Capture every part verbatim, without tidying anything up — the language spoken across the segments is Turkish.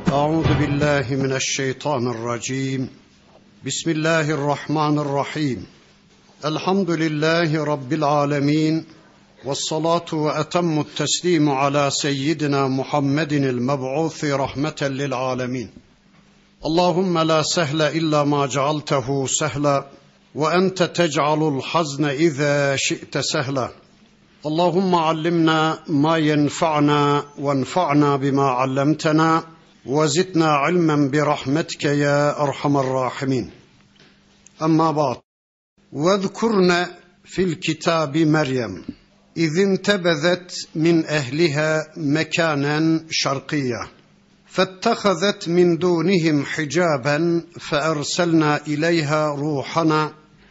أعوذ بالله من الشيطان الرجيم بسم الله الرحمن الرحيم الحمد لله رب العالمين والصلاة وأتم التسليم على سيدنا محمد المبعوث رحمة للعالمين اللهم لا سهل إلا ما جعلته سهلا وأنت تجعل الحزن إذا شئت سهلا اللهم علمنا ما ينفعنا وانفعنا بما علمتنا وزدنا علما برحمتك يا أرحم الراحمين أما بعد واذكرن في الكتاب مريم إذ انتبذت من أهلها مكانا شرقيا فاتخذت من دونهم حجابا فأرسلنا إليها روحنا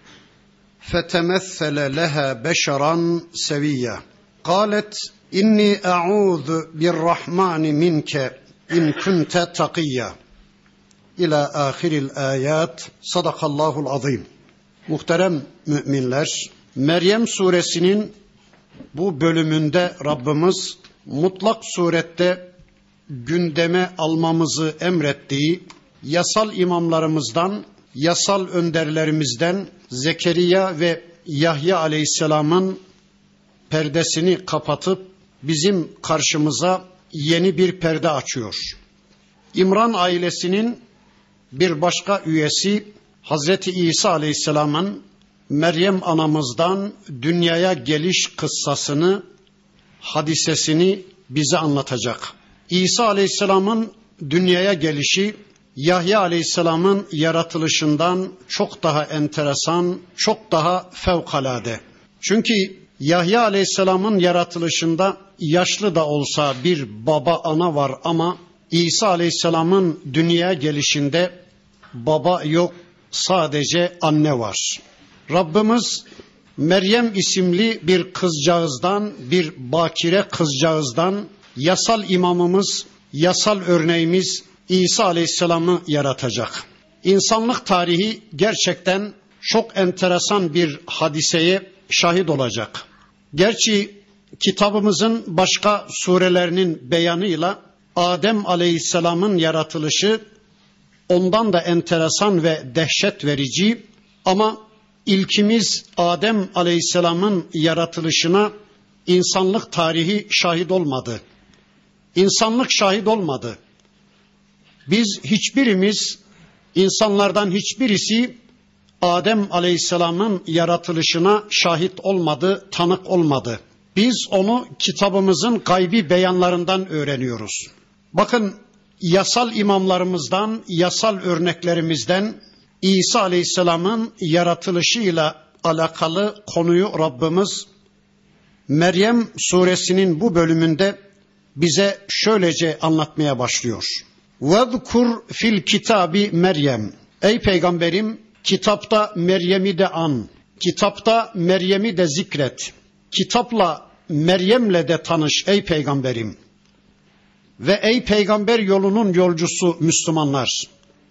فتمثل لها بشرا سويا قالت إني أعوذ بالرحمن منك إن كنت تقيا إلى آخر الآيات صدق الله العظيم. Muhterem müminler, Meryem suresinin bu bölümünde Rabbimiz mutlak surette gündeme almamızı emrettiği yasal imamlarımızdan, yasal önderlerimizden Zekeriya ve Yahya aleyhisselamın perdesini kapatıp bizim karşımıza yeni bir perde açıyor. İmran ailesinin bir başka üyesi Hazreti İsa aleyhisselamın Meryem anamızdan dünyaya geliş kıssasını, hadisesini bize anlatacak. İsa aleyhisselamın dünyaya gelişi Yahya aleyhisselamın yaratılışından çok daha enteresan, çok daha fevkalade. Çünkü Yahya aleyhisselamın yaratılışında yaşlı da olsa bir baba ana var ama İsa aleyhisselamın dünyaya gelişinde baba yok, sadece anne var. Rabbimiz Meryem isimli bir kızcağızdan, bir bakire kızcağızdan yasal imamımız, yasal örneğimiz İsa aleyhisselamı yaratacak. İnsanlık tarihi gerçekten çok enteresan bir hadiseye şahit olacak. Gerçi kitabımızın başka surelerinin beyanıyla Adem aleyhisselamın yaratılışı ondan da enteresan ve dehşet verici ama ilkimiz Adem aleyhisselamın yaratılışına insanlık tarihi şahit olmadı. İnsanlık şahit olmadı. Biz hiçbirimiz, insanlardan hiçbirisi Adem aleyhisselamın yaratılışına şahit olmadı, tanık olmadı. Biz onu kitabımızın gaybi beyanlarından öğreniyoruz. Bakın yasal imamlarımızdan, yasal örneklerimizden İsa aleyhisselamın yaratılışıyla alakalı konuyu Rabbimiz Meryem suresinin bu bölümünde bize şöylece anlatmaya başlıyor. وَذْكُرْ fil kitabi Meryem. Ey peygamberim, kitapta Meryem'i de an, kitapta Meryem'i de zikret. Kitapla Meryem'le de tanış ey peygamberim. Ve ey peygamber yolunun yolcusu Müslümanlar,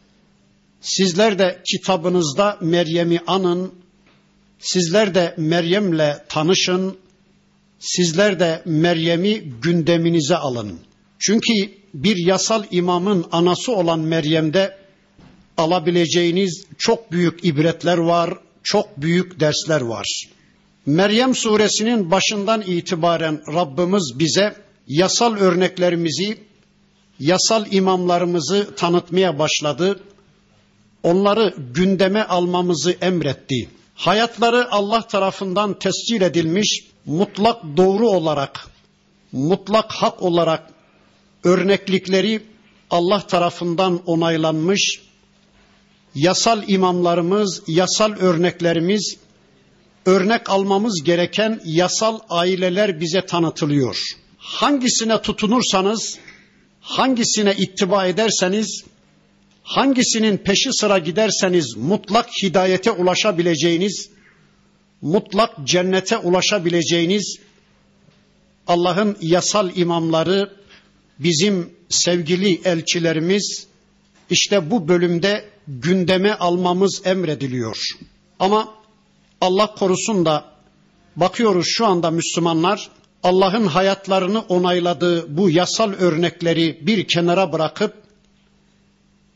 sizler de kitabınızda Meryem'i anın, sizler de Meryem'le tanışın, sizler de Meryem'i gündeminize alın. Çünkü bir yasal imamın anası olan Meryem'de alabileceğiniz çok büyük ibretler var, çok büyük dersler var. Meryem suresinin başından itibaren Rabbimiz bize yasal örneklerimizi, yasal imamlarımızı tanıtmaya başladı. Onları gündeme almamızı emretti. Hayatları Allah tarafından tescil edilmiş, mutlak doğru olarak, mutlak hak olarak örneklikleri Allah tarafından onaylanmış, yasal imamlarımız, yasal örneklerimiz, örnek almamız gereken yasal aileler bize tanıtılıyor. Hangisine tutunursanız, hangisine ittiba ederseniz, hangisinin peşi sıra giderseniz mutlak hidayete ulaşabileceğiniz, mutlak cennete ulaşabileceğiniz Allah'ın yasal imamları, bizim sevgili elçilerimiz işte bu bölümde gündeme almamız emrediliyor. Ama Allah korusun da bakıyoruz şu anda Müslümanlar Allah'ın hayatlarını onayladığı bu yasal örnekleri bir kenara bırakıp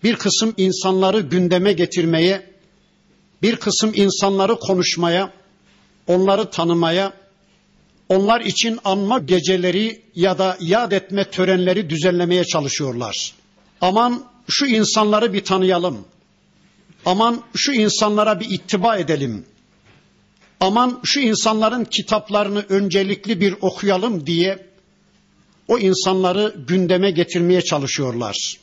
bir kısım insanları gündeme getirmeye, bir kısım insanları konuşmaya, onları tanımaya, onlar için anma geceleri ya da yad etme törenleri düzenlemeye çalışıyorlar. Aman şu insanları bir tanıyalım. Aman şu insanlara bir ittiba edelim. Aman şu insanların kitaplarını öncelikli bir okuyalım diye o insanları gündeme getirmeye çalışıyorlar.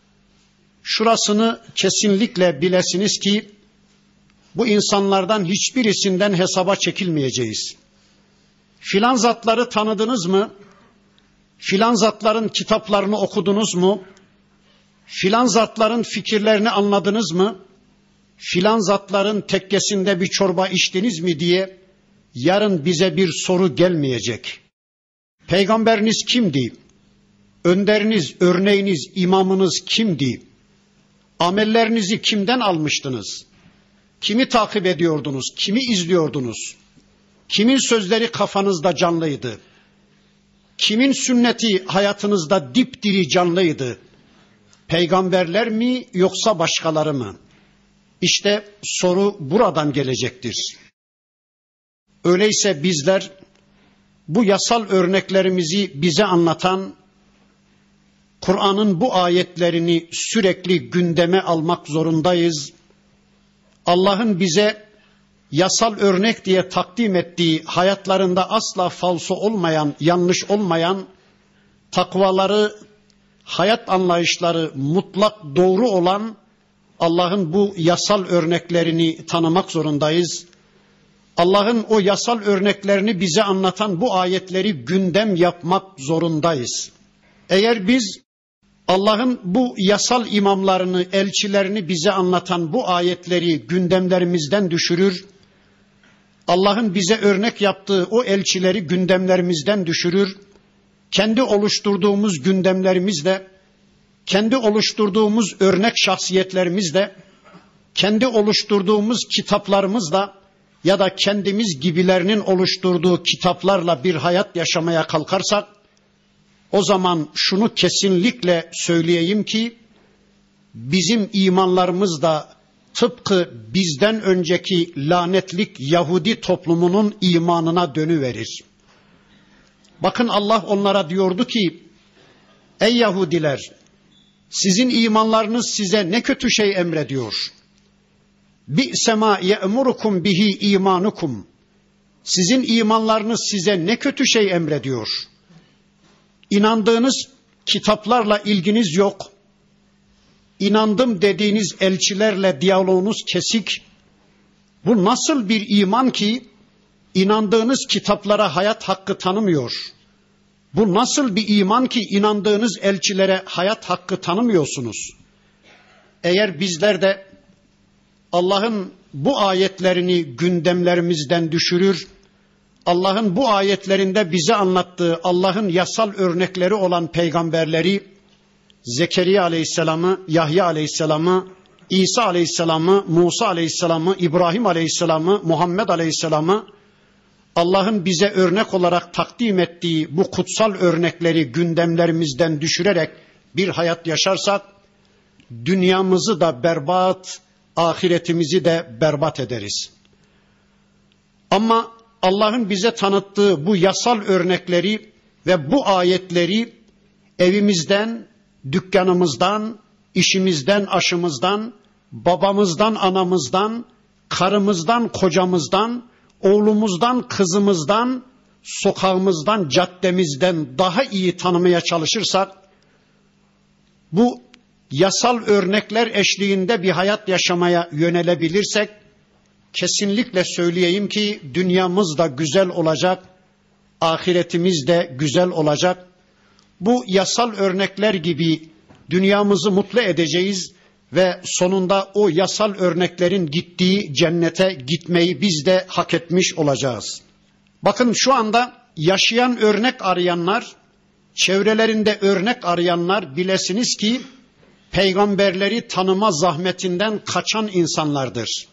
Şurasını kesinlikle bilesiniz ki bu insanlardan hiçbirisinden hesaba çekilmeyeceğiz. Filan zatları tanıdınız mı? Filan zatların kitaplarını okudunuz mu? Filan zatların fikirlerini anladınız mı? Filan zatların tekkesinde bir çorba içtiniz mi diye yarın bize bir soru gelmeyecek. Peygamberiniz kimdi? Önderiniz, örneğiniz, imamınız kimdi? Amellerinizi kimden almıştınız? Kimi takip ediyordunuz? Kimi izliyordunuz? Kimin sözleri kafanızda canlıydı? Kimin sünneti hayatınızda dipdiri canlıydı? Peygamberler mi yoksa başkaları mı? İşte soru buradan gelecektir. Öyleyse bizler bu yasal örneklerimizi bize anlatan Kur'an'ın bu ayetlerini sürekli gündeme almak zorundayız. Allah'ın bize yasal örnek diye takdim ettiği, hayatlarında asla falso olmayan, yanlış olmayan, takvaları, hayat anlayışları mutlak doğru olan Allah'ın bu yasal örneklerini tanımak zorundayız. Allah'ın o yasal örneklerini bize anlatan bu ayetleri gündem yapmak zorundayız. Eğer biz Allah'ın bu yasal imamlarını, elçilerini bize anlatan bu ayetleri gündemlerimizden düşürür, Allah'ın bize örnek yaptığı o elçileri gündemlerimizden düşürür, kendi oluşturduğumuz gündemlerimizle, kendi oluşturduğumuz örnek şahsiyetlerimizle, kendi oluşturduğumuz kitaplarımızla ya da kendimiz gibilerinin oluşturduğu kitaplarla bir hayat yaşamaya kalkarsak, o zaman şunu kesinlikle söyleyeyim ki, bizim imanlarımız da tıpkı bizden önceki lanetlik Yahudi toplumunun imanına dönüverir. Bakın Allah onlara diyordu ki, ey Yahudiler, sizin imanlarınız size ne kötü şey emrediyor. Bi'se ma ye'murukum bihi imanukum. Sizin imanlarınız size ne kötü şey emrediyor. İnandığınız kitaplarla ilginiz yok. İnandım dediğiniz elçilerle diyaloğunuz kesik. Bu nasıl bir iman ki inandığınız kitaplara hayat hakkı tanımıyor? Bu nasıl bir iman ki inandığınız elçilere hayat hakkı tanımıyorsunuz? Eğer bizler de Allah'ın bu ayetlerini gündemlerimizden düşürür, Allah'ın bu ayetlerinde bize anlattığı Allah'ın yasal örnekleri olan peygamberleri, Zekeriya Aleyhisselam'ı, Yahya Aleyhisselam'ı, İsa Aleyhisselam'ı, Musa Aleyhisselam'ı, İbrahim Aleyhisselam'ı, Muhammed Aleyhisselam'ı, Allah'ın bize örnek olarak takdim ettiği bu kutsal örnekleri gündemlerimizden düşürerek bir hayat yaşarsak, dünyamızı da berbat, ahiretimizi de berbat ederiz. Ama Allah'ın bize tanıttığı bu yasal örnekleri ve bu ayetleri evimizden, dükkanımızdan, işimizden, aşımızdan, babamızdan, anamızdan, karımızdan, kocamızdan, oğlumuzdan, kızımızdan, sokağımızdan, caddemizden daha iyi tanımaya çalışırsak, bu yasal örnekler eşliğinde bir hayat yaşamaya yönelebilirsek, kesinlikle söyleyeyim ki dünyamız da güzel olacak, ahiretimiz de güzel olacak. Bu yasal örnekler gibi dünyamızı mutlu edeceğiz ve sonunda o yasal örneklerin gittiği cennete gitmeyi biz de hak etmiş olacağız. Bakın şu anda yaşayan örnek arayanlar, çevrelerinde örnek arayanlar bilesiniz ki peygamberleri tanıma zahmetinden kaçan insanlardır.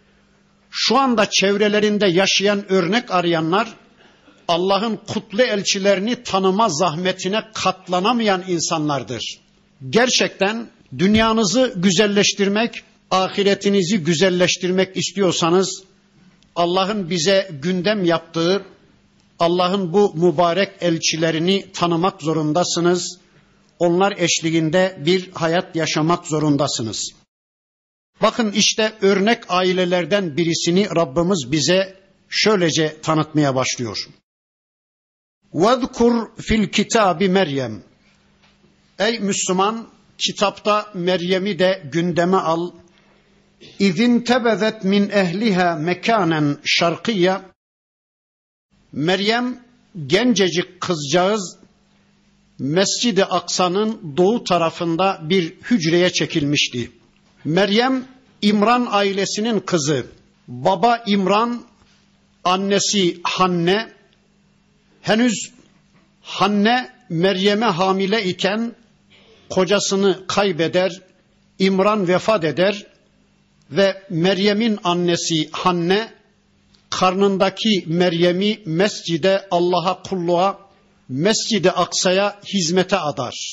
Şu anda çevrelerinde yaşayan örnek arayanlar, Allah'ın kutlu elçilerini tanıma zahmetine katlanamayan insanlardır. Gerçekten dünyanızı güzelleştirmek, ahiretinizi güzelleştirmek istiyorsanız, Allah'ın bize gündem yaptığı, Allah'ın bu mübarek elçilerini tanımak zorundasınız. Onlar eşliğinde bir hayat yaşamak zorundasınız. Bakın işte örnek ailelerden birisini Rabbimiz bize şöylece tanıtmaya başlıyor. وَذْكُرْ fil kitabi Meryem. Ey Müslüman, kitapta Meryem'i de gündeme al. اِذْ تَبَذَتْ min ehliha mekanen şarkiyya. Meryem gencecik kızcağız Mescid-i Aksa'nın doğu tarafında bir hücreye çekilmişti. Meryem İmran ailesinin kızı. Baba İmran, annesi Hanne. Henüz Hanne Meryem'e hamile iken kocasını kaybeder, İmran vefat eder ve Meryem'in annesi Hanne karnındaki Meryem'i mescide, Allah'a kulluğa, Mescid-i Aksa'ya hizmete adar.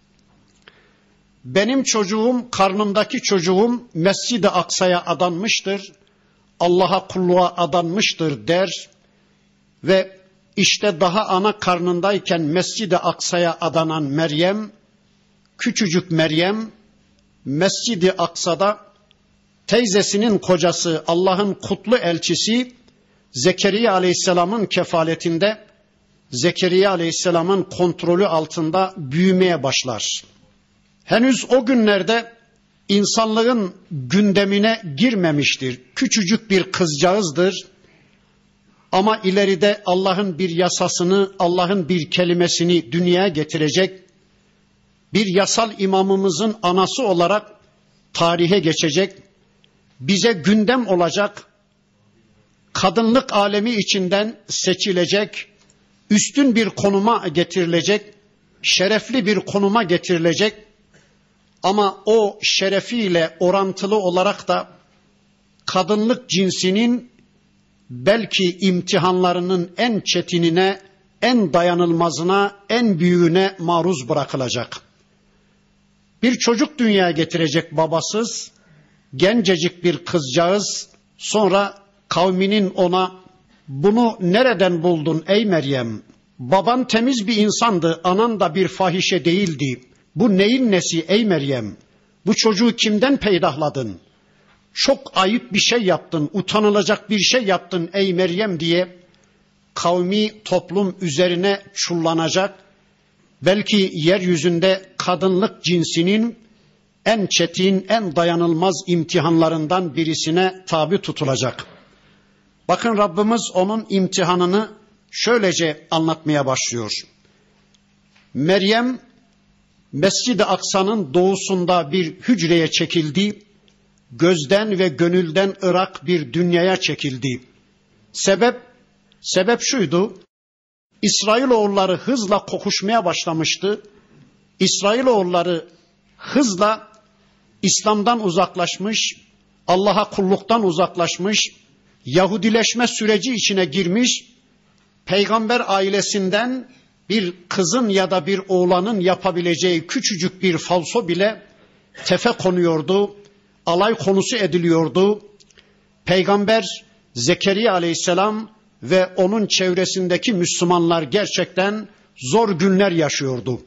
Benim çocuğum, karnımdaki çocuğum Mescid-i Aksa'ya adanmıştır, Allah'a kulluğa adanmıştır der ve işte daha ana karnındayken Mescid-i Aksa'ya adanan Meryem, küçücük Meryem, Mescid-i Aksa'da teyzesinin kocası Allah'ın kutlu elçisi Zekeriya Aleyhisselam'ın kefaletinde, Zekeriya Aleyhisselam'ın kontrolü altında büyümeye başlar. Henüz o günlerde insanlığın gündemine girmemiştir. Küçücük bir kızcağızdır. Ama ileride Allah'ın bir yasasını, Allah'ın bir kelimesini dünyaya getirecek, bir yasal imamımızın anası olarak tarihe geçecek, bize gündem olacak, kadınlık alemi içinden seçilecek, üstün bir konuma getirilecek, şerefli bir konuma getirilecek ama o şerefiyle orantılı olarak da kadınlık cinsinin belki imtihanlarının en çetinine, en dayanılmazına, en büyüğüne maruz bırakılacak. Bir çocuk dünyaya getirecek babasız, gencecik bir kızcağız, sonra kavminin ona bunu nereden buldun ey Meryem? Baban temiz bir insandı, anan da bir fahişe değildi. Bu neyin nesi ey Meryem? Bu çocuğu kimden peydahladın? Çok ayıp bir şey yaptın, utanılacak bir şey yaptın ey Meryem diye kavmi toplum üzerine çullanacak. Belki yeryüzünde kadınlık cinsinin en çetin, en dayanılmaz imtihanlarından birisine tabi tutulacak. Bakın Rabbimiz onun imtihanını şöylece anlatmaya başlıyor. Meryem Mescid-i Aksa'nın doğusunda bir hücreye çekildi. Gözden ve gönülden ırak bir dünyaya çekildi. Sebep, sebep şuydu. İsrailoğulları hızla kokuşmaya başlamıştı. İsrailoğulları hızla İslam'dan uzaklaşmış, Allah'a kulluktan uzaklaşmış, Yahudileşme süreci içine girmiş, peygamber ailesinden bir kızın ya da bir oğlanın yapabileceği küçücük bir falso bile tefe konuyordu, alay konusu ediliyordu. Peygamber Zekeriya Aleyhisselam ve onun çevresindeki Müslümanlar gerçekten zor günler yaşıyordu.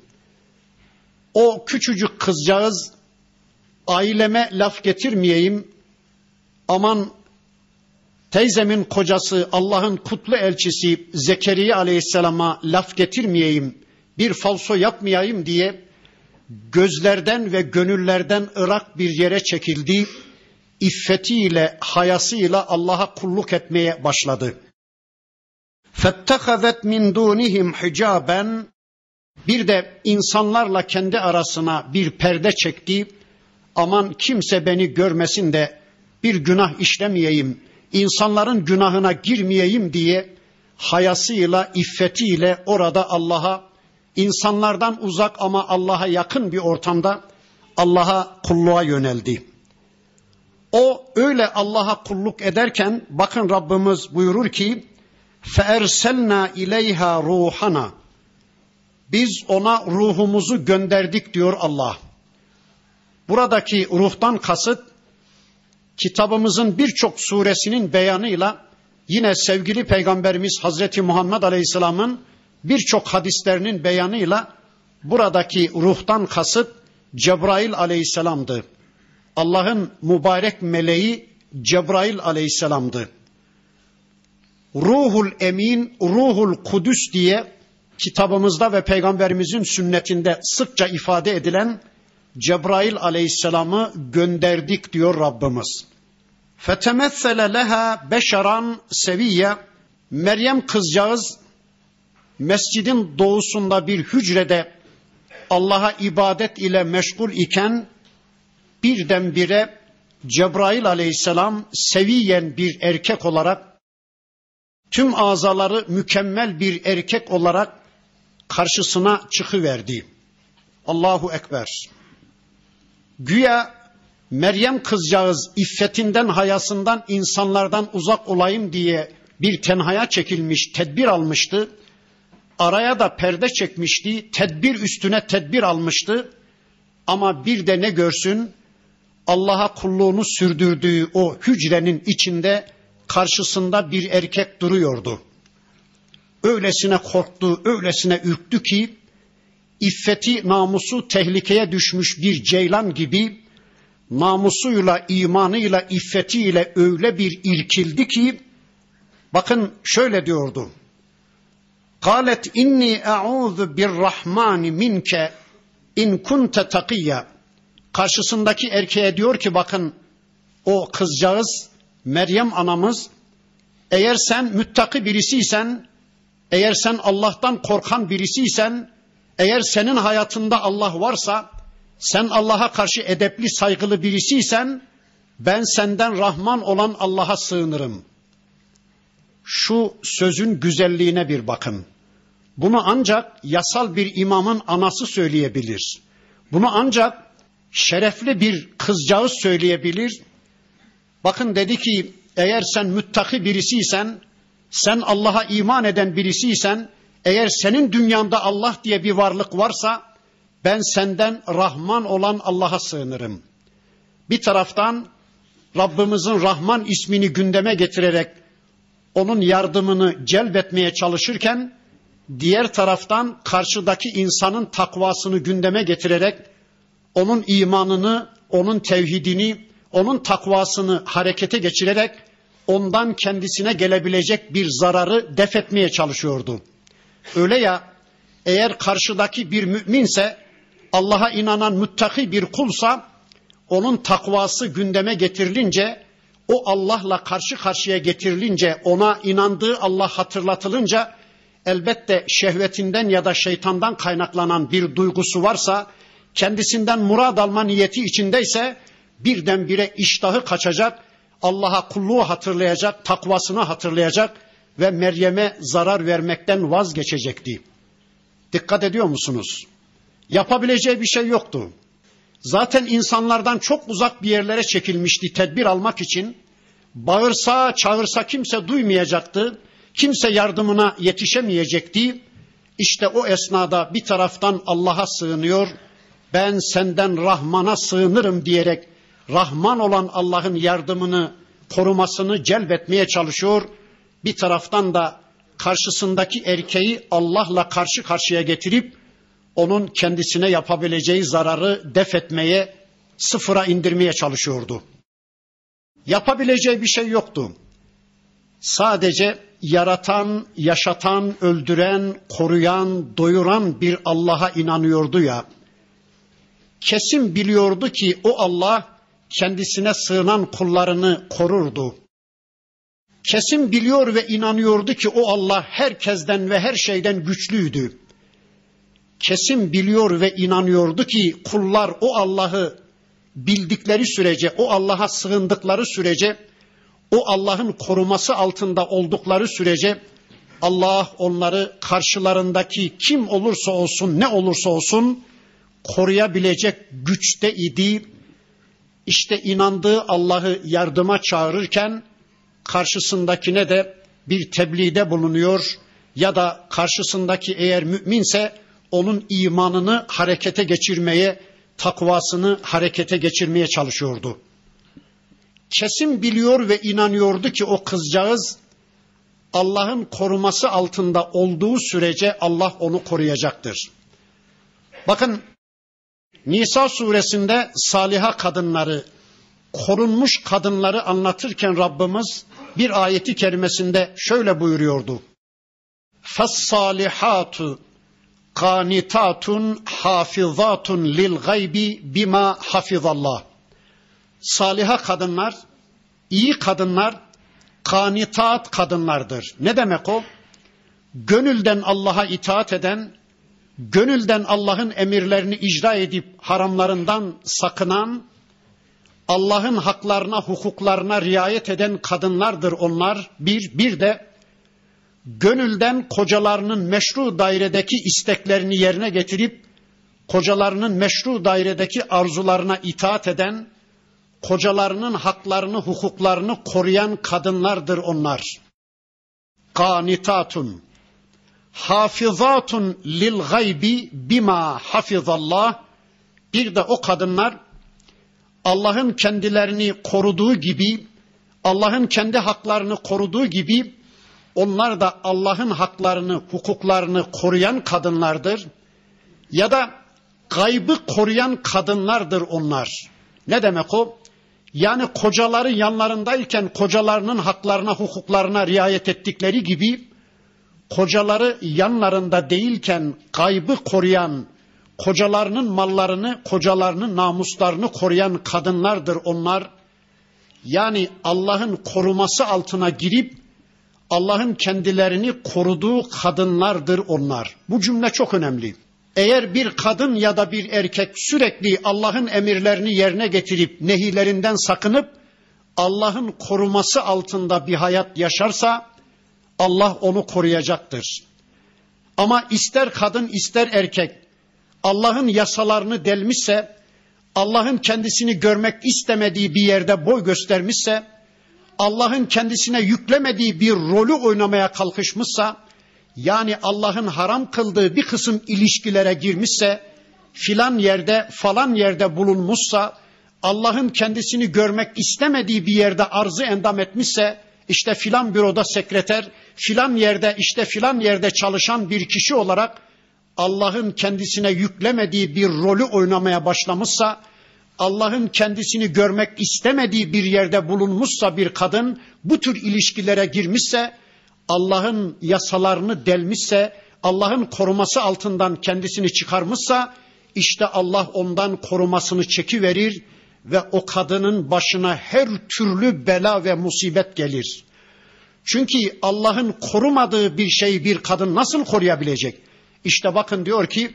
O küçücük kızcağız, aileme laf getirmeyeyim, aman teyzemin kocası Allah'ın kutlu elçisi Zekeriya Aleyhisselam'a laf getirmeyeyim, bir falso yapmayayım diye gözlerden ve gönüllerden ırak bir yere çekildi. İffetiyle, hayasıyla Allah'a kulluk etmeye başladı. فَاتَّخَذَتْ مِنْ دُونِهِمْ حِجَابًا. Bir de insanlarla kendi arasına bir perde çekti. Aman kimse beni görmesin de bir günah işlemeyeyim, insanların günahına girmeyeyim diye hayasıyla, iffetiyle orada Allah'a, insanlardan uzak ama Allah'a yakın bir ortamda Allah'a kulluğa yöneldi. O öyle Allah'a kulluk ederken bakın Rabbimiz buyurur ki فَاَرْسَلْنَا اِلَيْهَا Buradaki ruhtan kasıt, kitabımızın birçok suresinin beyanıyla yine sevgili Peygamberimiz Hazreti Muhammed Aleyhisselam'ın birçok hadislerinin beyanıyla buradaki ruhtan kasıt Cebrail Aleyhisselam'dı. Allah'ın mübarek meleği Cebrail Aleyhisselam'dı. Ruhul Emin, Ruhul Kudüs diye kitabımızda ve Peygamberimizin sünnetinde sıkça ifade edilen Cebrail Aleyhisselam'ı gönderdik diyor Rabbimiz. فَتَمَثَّلَ لَهَا بَشَرًا سَوِيًّا. Meryem kızcağız mescidin doğusunda bir hücrede Allah'a ibadet ile meşgul iken birdenbire Cebrail Aleyhisselam seviyen bir erkek olarak, tüm azaları mükemmel bir erkek olarak karşısına çıkıverdi. Allahu Ekber. Güya Meryem kızcağız iffetinden, hayasından, insanlardan uzak olayım diye bir tenhaya çekilmiş, tedbir almıştı. Araya da perde çekmişti, tedbir üstüne tedbir almıştı. Ama bir de ne görsün, Allah'a kulluğunu sürdürdüğü o hücrenin içinde karşısında bir erkek duruyordu. Öylesine korktu, öylesine ürktü ki, iffeti, namusu tehlikeye düşmüş bir ceylan gibi, namusuyla, imanıyla, iffetiyle öyle bir irkildi ki, bakın şöyle diyordu. قالت inni a'udhu birrahmani minke in kunte takiyya. Karşısındaki erkeğe diyor ki, bakın o kızcağız Meryem anamız, eğer sen müttaki birisiysen, eğer sen Allah'tan korkan birisiysen, eğer senin hayatında Allah varsa, sen Allah'a karşı edepli, saygılı birisiysen, ben senden Rahman olan Allah'a sığınırım. Şu sözün güzelliğine bir bakın. Bunu ancak yasal bir imamın anası söyleyebilir. Bunu ancak şerefli bir kızcağız söyleyebilir. Bakın dedi ki, eğer sen müttaki birisiysen, sen Allah'a iman eden birisiysen, eğer senin dünyanda Allah diye bir varlık varsa, ben senden Rahman olan Allah'a sığınırım. Bir taraftan Rabbimizin Rahman ismini gündeme getirerek onun yardımını celbetmeye çalışırken, diğer taraftan karşıdaki insanın takvasını gündeme getirerek onun imanını, onun tevhidini, onun takvasını harekete geçirerek ondan kendisine gelebilecek bir zararı def etmeye çalışıyordu. Öyle ya, eğer karşıdaki bir müminse, Allah'a inanan müttaki bir kulsa, onun takvası gündeme getirilince, o Allah'la karşı karşıya getirilince, ona inandığı Allah hatırlatılınca, elbette şehvetinden ya da şeytandan kaynaklanan bir duygusu varsa, kendisinden murad alma niyeti içindeyse, birdenbire iştahı kaçacak, Allah'a kulluğu hatırlayacak, takvasını hatırlayacak ve Meryem'e zarar vermekten vazgeçecekti. Dikkat ediyor musunuz? Yapabileceği bir şey yoktu. Zaten insanlardan çok uzak bir yerlere çekilmişti tedbir almak için. Bağırsa, çağırsa kimse duymayacaktı. Kimse yardımına yetişemeyecekti. İşte o esnada bir taraftan Allah'a sığınıyor, ben senden Rahman'a sığınırım diyerek Rahman olan Allah'ın yardımını, korumasını celbetmeye çalışıyor. Bir taraftan da karşısındaki erkeği Allah'la karşı karşıya getirip onun kendisine yapabileceği zararı def etmeye, sıfıra indirmeye çalışıyordu. Yapabileceği bir şey yoktu. Sadece yaratan, yaşatan, öldüren, koruyan, doyuran bir Allah'a inanıyordu ya. Kesin biliyordu ki o Allah kendisine sığınan kullarını korurdu. Kesin biliyor ve inanıyordu ki o Allah herkesten ve her şeyden güçlüydü. Kesin biliyor ve inanıyordu ki kullar o Allah'ı bildikleri sürece, o Allah'a sığındıkları sürece, o Allah'ın koruması altında oldukları sürece Allah onları karşılarındaki kim olursa olsun, ne olursa olsun koruyabilecek güçte idi. İşte inandığı Allah'ı yardıma çağırırken karşısındakine de bir tebliğde bulunuyor ya da karşısındaki eğer müminse onun imanını harekete geçirmeye, takvasını harekete geçirmeye çalışıyordu. Kesin biliyor ve inanıyordu ki o kızcağız Allah'ın koruması altında olduğu sürece Allah onu koruyacaktır. Bakın Nisa suresinde saliha kadınları, korunmuş kadınları anlatırken Rabbimiz bir ayeti kerimesinde şöyle buyuruyordu. فَالصَّالِحَاتُ قَانِتَاتٌ حَافِظَاتٌ لِلْغَيْبِ بِمَا حَفِظَ اللّٰهِ. Saliha kadınlar, iyi kadınlar, kanitat kadınlardır. Ne demek o? Gönülden Allah'a itaat eden, gönülden Allah'ın emirlerini icra edip haramlarından sakınan, Allah'ın haklarına, hukuklarına riayet eden kadınlardır onlar. Bir, bir de gönülden kocalarının meşru dairedeki isteklerini yerine getirip, kocalarının meşru dairedeki arzularına itaat eden, kocalarının haklarını, hukuklarını koruyan kadınlardır onlar. Kanitatun, hafizatun lil gaybi bima hafizallah. Bir de o kadınlar Allah'ın kendilerini koruduğu gibi, Allah'ın kendi haklarını koruduğu gibi, onlar da Allah'ın haklarını, hukuklarını koruyan kadınlardır. Ya da gaybı koruyan kadınlardır onlar. Ne demek o? Yani kocaları yanlarındayken kocalarının haklarına, hukuklarına riayet ettikleri gibi, kocaları yanlarında değilken gaybı koruyan, kocalarının mallarını, kocalarının namuslarını koruyan kadınlardır onlar. Yani Allah'ın koruması altına girip, Allah'ın kendilerini koruduğu kadınlardır onlar. Bu cümle çok önemli. Eğer bir kadın ya da bir erkek sürekli Allah'ın emirlerini yerine getirip nehilerinden sakınıp Allah'ın koruması altında bir hayat yaşarsa Allah onu koruyacaktır. Ama ister kadın ister erkek Allah'ın yasalarını delmişse, Allah'ın kendisini görmek istemediği bir yerde boy göstermişse, Allah'ın kendisine yüklemediği bir rolü oynamaya kalkışmışsa, yani Allah'ın haram kıldığı bir kısım ilişkilere girmişse, filan yerde falan yerde bulunmuşsa, Allah'ın kendisini görmek istemediği bir yerde arzı endam etmişse, işte filan büroda sekreter, filan yerde işte filan yerde çalışan bir kişi olarak Allah'ın kendisine yüklemediği bir rolü oynamaya başlamışsa, Allah'ın kendisini görmek istemediği bir yerde bulunmuşsa bir kadın, bu tür ilişkilere girmişse, Allah'ın yasalarını delmişse, Allah'ın koruması altından kendisini çıkarmışsa, işte Allah ondan korumasını çekiverir ve o kadının başına her türlü bela ve musibet gelir. Çünkü Allah'ın korumadığı bir şeyi bir kadın nasıl koruyabilecek? İşte bakın diyor ki,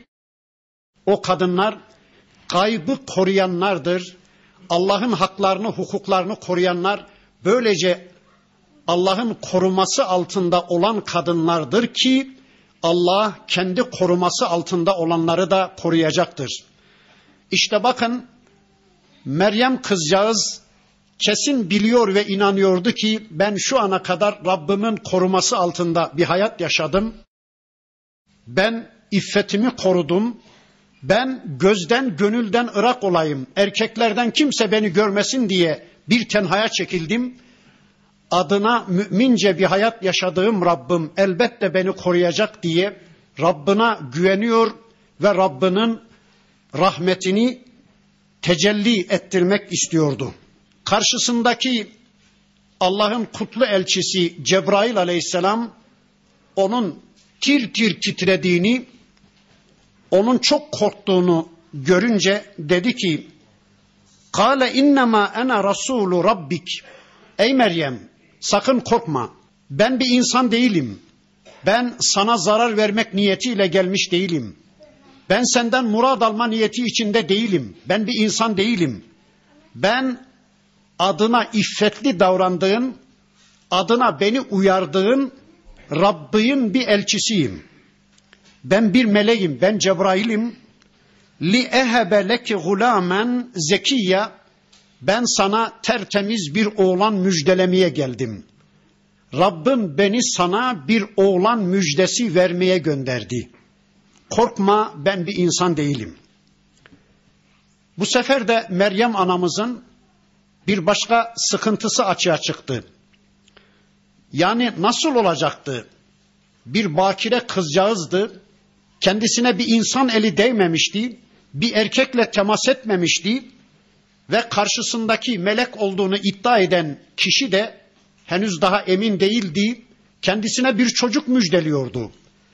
o kadınlar gaybı koruyanlardır. Allah'ın haklarını, hukuklarını koruyanlar, böylece Allah'ın koruması altında olan kadınlardır ki Allah kendi koruması altında olanları da koruyacaktır. İşte bakın Meryem kızcağız kesin biliyor ve inanıyordu ki ben şu ana kadar Rabbimin koruması altında bir hayat yaşadım. Ben iffetimi korudum. Ben gözden gönülden ırak olayım. Erkeklerden kimse beni görmesin diye bir tenhaya çekildim. Adına mümince bir hayat yaşadığım Rabbim elbette beni koruyacak diye Rabbına güveniyor ve Rabbinin rahmetini tecelli ettirmek istiyordu. Karşısındaki Allah'ın kutlu elçisi Cebrail aleyhisselam onun tir tir titrediğini, onun çok korktuğunu görünce dedi ki, "Kâle innema ene rasûlu rabbik." Ey Meryem, sakın korkma. Ben bir insan değilim. Ben sana zarar vermek niyetiyle gelmiş değilim. Ben senden murad alma niyeti içinde değilim. Ben bir insan değilim. Ben adına iffetli davrandığın, adına beni uyardığın Rabbin bir elçisiyim. Ben bir meleğim, ben Cebrail'im. Li ehebe leki gulamen zekiyye. Ben sana tertemiz bir oğlan müjdelemeye geldim. Rabbim beni sana bir oğlan müjdesi vermeye gönderdi. Korkma, ben bir insan değilim. Bu sefer de Meryem anamızın bir başka sıkıntısı açığa çıktı. Yani nasıl olacaktı? Bir bakire kızcağızdı. Kendisine bir insan eli değmemişti. Bir erkekle temas etmemişti. Ve karşısındaki melek olduğunu iddia eden kişi de henüz daha emin değildi. Kendisine bir çocuk müjdeliyordu.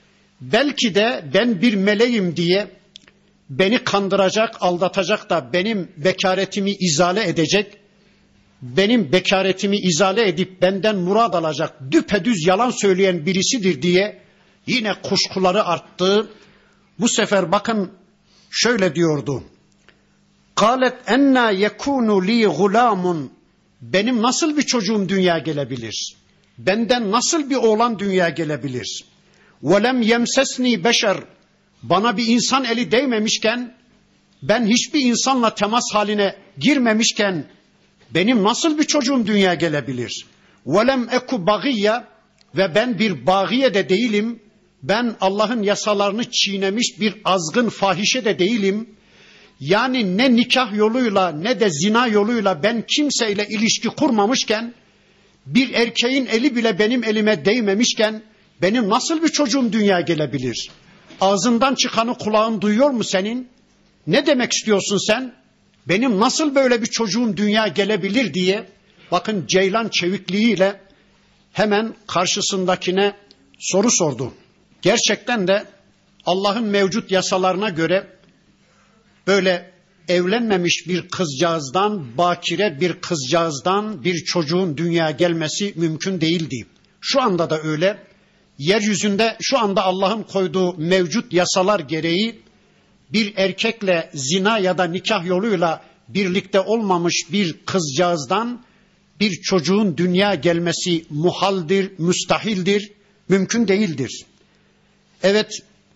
Belki de ben bir meleğim diye beni kandıracak, aldatacak da benim bekaretimi izale edecek, benim bekaretimi izale edip benden murad alacak, düpedüz yalan söyleyen birisidir diye yine kuşkuları arttı. Bu sefer bakın şöyle diyordu. قَالَتْ اَنَّا يَكُونُ لِي غُلَامٌ Benim nasıl bir çocuğum dünya gelebilir? Benden nasıl bir oğlan dünya gelebilir? وَلَمْ يَمْسَسْنِي beşer Bana bir insan eli değmemişken, ben hiçbir insanla temas haline girmemişken, benim nasıl bir çocuğum dünya gelebilir? وَلَمْ اَكُ بَغِيَّ Ve ben bir bağiye de değilim. Ben Allah'ın yasalarını çiğnemiş bir azgın fahişe de değilim. Yani ne nikah yoluyla ne de zina yoluyla ben kimseyle ilişki kurmamışken, bir erkeğin eli bile benim elime değmemişken, benim nasıl bir çocuğum dünya gelebilir? Ağzından çıkanı kulağın duyuyor mu senin? Ne demek istiyorsun sen? Benim nasıl böyle bir çocuğum dünya gelebilir diye, bakın ceylan çevikliğiyle hemen karşısındakine soru sordu. Gerçekten de Allah'ın mevcut yasalarına göre böyle evlenmemiş bir kızcağızdan, bakire bir kızcağızdan bir çocuğun dünya gelmesi mümkün değildi. Şu anda da öyle. Yeryüzünde şu anda Allah'ın koyduğu mevcut yasalar gereği bir erkekle zina ya da nikah yoluyla birlikte olmamış bir kızcağızdan bir çocuğun dünya gelmesi muhaldir, müstahildir, mümkün değildir. Evet,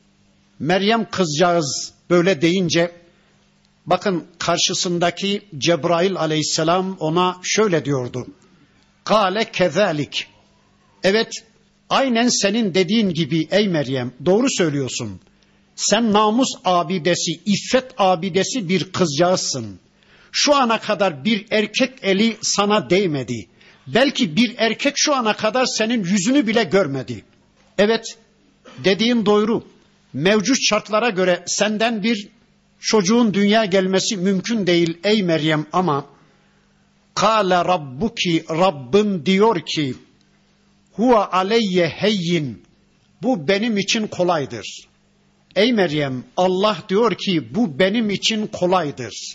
Meryem kızcağız böyle deyince, bakın karşısındaki Cebrail aleyhisselam ona şöyle diyordu. Kâle kezâlik. Evet, aynen senin dediğin gibi ey Meryem, doğru söylüyorsun. Sen namus abidesi, iffet abidesi bir kızcağızsın. Şu ana kadar bir erkek eli sana değmedi. Belki bir erkek şu ana kadar senin yüzünü bile görmedi. Evet, dediğin doğru. Mevcut şartlara göre senden bir çocuğun dünya gelmesi mümkün değil ey Meryem, ama kâle rabbuki, Rabbin diyor ki huve aleyye heyyin, bu benim için kolaydır. Ey Meryem, Allah diyor ki bu benim için kolaydır.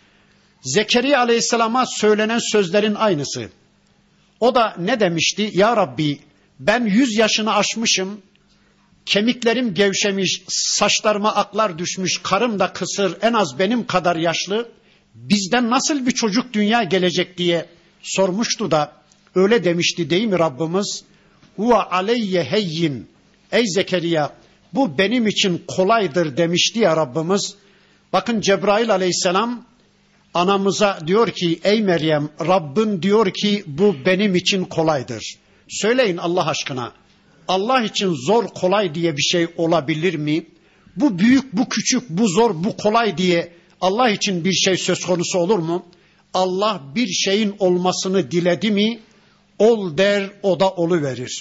Zekeriya aleyhisselama söylenen sözlerin aynısı. O da ne demişti? Ya Rabbi, ben yüz yaşını aşmışım, kemiklerim gevşemiş, saçlarıma aklar düşmüş, karım da kısır, en az benim kadar yaşlı. Bizden nasıl bir çocuk dünya gelecek diye sormuştu da öyle demişti değil mi Rabbimiz? Huve aleyye heyyin. Ey Zekeriya, bu benim için kolaydır demişti ya Rabbimiz. Bakın Cebrail aleyhisselam anamıza diyor ki ey Meryem, Rabbin diyor ki bu benim için kolaydır. Söyleyin Allah aşkına. Allah için zor kolay diye bir şey olabilir mi? Bu büyük, bu küçük, bu zor, bu kolay diye Allah için bir şey söz konusu olur mu? Allah bir şeyin olmasını diledi mi, ol der, o da oluverir.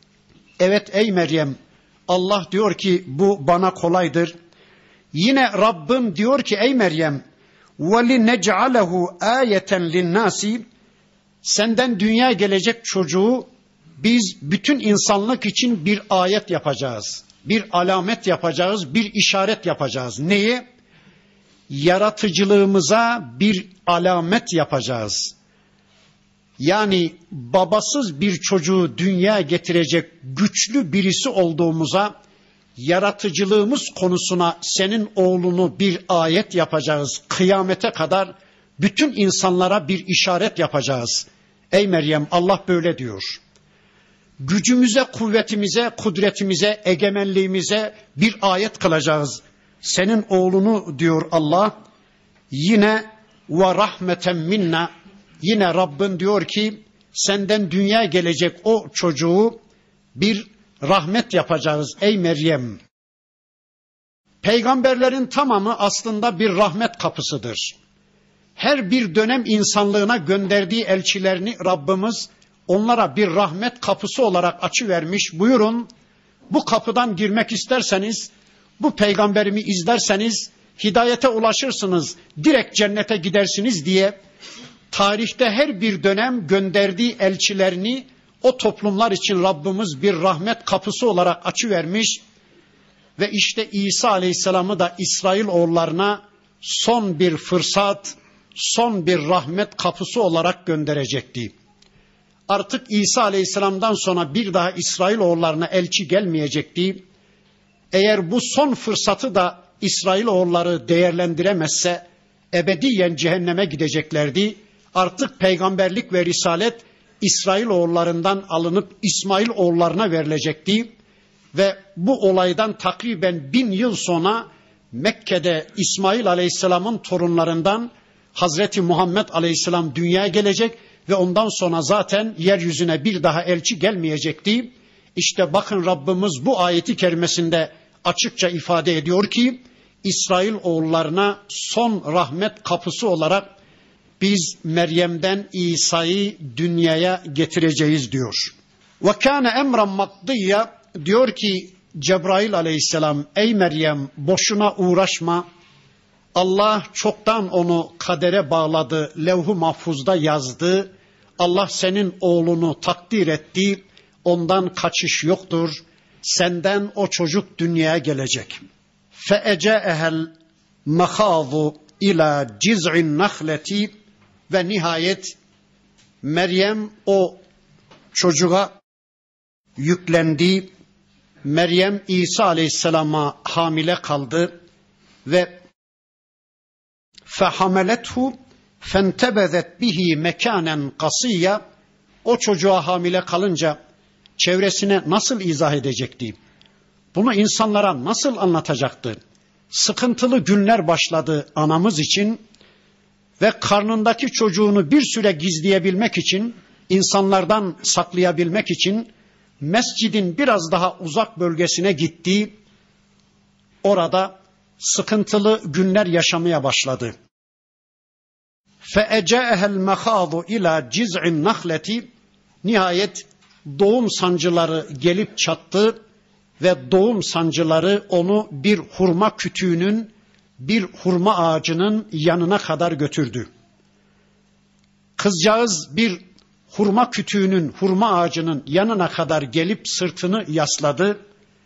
Evet ey Meryem, Allah diyor ki bu bana kolaydır. Yine Rabbim diyor ki ey Meryem, وَلِنَجْعَلَهُ آيَةً لِلنَّاسِ Senden dünya gelecek çocuğu biz bütün insanlık için bir ayet yapacağız. Bir alamet yapacağız, bir işaret yapacağız. Neye? Yaratıcılığımıza bir alamet yapacağız. Yani babasız bir çocuğu dünya getirecek güçlü birisi olduğumuza, yaratıcılığımız konusuna senin oğlunu bir ayet yapacağız. Kıyamete kadar bütün insanlara bir işaret yapacağız. Ey Meryem, Allah böyle diyor. Gücümüze, kuvvetimize, kudretimize, egemenliğimize bir ayet kılacağız. Senin oğlunu diyor Allah. Yine ve rahmeten minna, yine Rabbin diyor ki senden dünya gelecek o çocuğu bir rahmet yapacağız ey Meryem. Peygamberlerin tamamı aslında bir rahmet kapısıdır. Her bir dönem insanlığına gönderdiği elçilerini Rabbimiz onlara bir rahmet kapısı olarak açıvermiş. Buyurun, bu kapıdan girmek isterseniz, bu peygamberimi izlerseniz hidayete ulaşırsınız, direkt cennete gidersiniz diye tarihte her bir dönem gönderdiği elçilerini o toplumlar için Rabbimiz bir rahmet kapısı olarak açıvermiş. Ve işte İsa Aleyhisselam'ı da İsrailoğullarına son bir fırsat, son bir rahmet kapısı olarak gönderecekti. Artık İsa Aleyhisselam'dan sonra bir daha İsrailoğullarına elçi gelmeyecekti. Eğer bu son fırsatı da İsrailoğulları değerlendiremezse ebediyen cehenneme gideceklerdi. Artık peygamberlik ve risalet İsrailoğullarından alınıp İsmailoğullarına verilecekti. Ve bu olaydan takriben bin yıl sonra Mekke'de İsmail Aleyhisselam'ın torunlarından Hazreti Muhammed Aleyhisselam dünyaya gelecek ve ondan sonra zaten yeryüzüne bir daha elçi gelmeyecekti. İşte bakın Rabbimiz bu ayeti kerimesinde açıkça ifade ediyor ki İsrailoğullarına son rahmet kapısı olarak biz Meryem'den İsa'yı dünyaya getireceğiz diyor. Ve kâne emran makdiyya, diyor ki Cebrail Aleyhisselam, ey Meryem boşuna uğraşma. Allah çoktan onu kadere bağladı, levh-u mahfuzda yazdı. Allah senin oğlunu takdir etti. Ondan kaçış yoktur. Senden o çocuk dünyaya gelecek. فَاَجَاءَهَا الْمَخَاضُ اِلَى جِزْعِ النَّخْلَةِ, ve nihayet Meryem o çocuğa yüklendi. Meryem İsa Aleyhisselam'a hamile kaldı ve فَحَمَلَتْهُ فَانْتَبَذَتْ بِهِ مَكَانًا قَصِيًّا, o çocuğa hamile kalınca çevresine nasıl izah edecekti? Bunu insanlara nasıl anlatacaktı? Sıkıntılı günler başladı anamız için ve karnındaki çocuğunu bir süre gizleyebilmek için, insanlardan saklayabilmek için mescidin biraz daha uzak bölgesine gitti. Orada sıkıntılı günler yaşamaya başladı. فَاَجَاءَهَا الْمَخَاضُ اِلَى جِزْعِ النَّخْلَةِ, nihayet doğum sancıları gelip çattı ve doğum sancıları onu bir hurma kütüğünün, bir hurma ağacının yanına kadar götürdü. Kızcağız bir hurma kütüğünün, hurma ağacının yanına kadar gelip sırtını yasladı.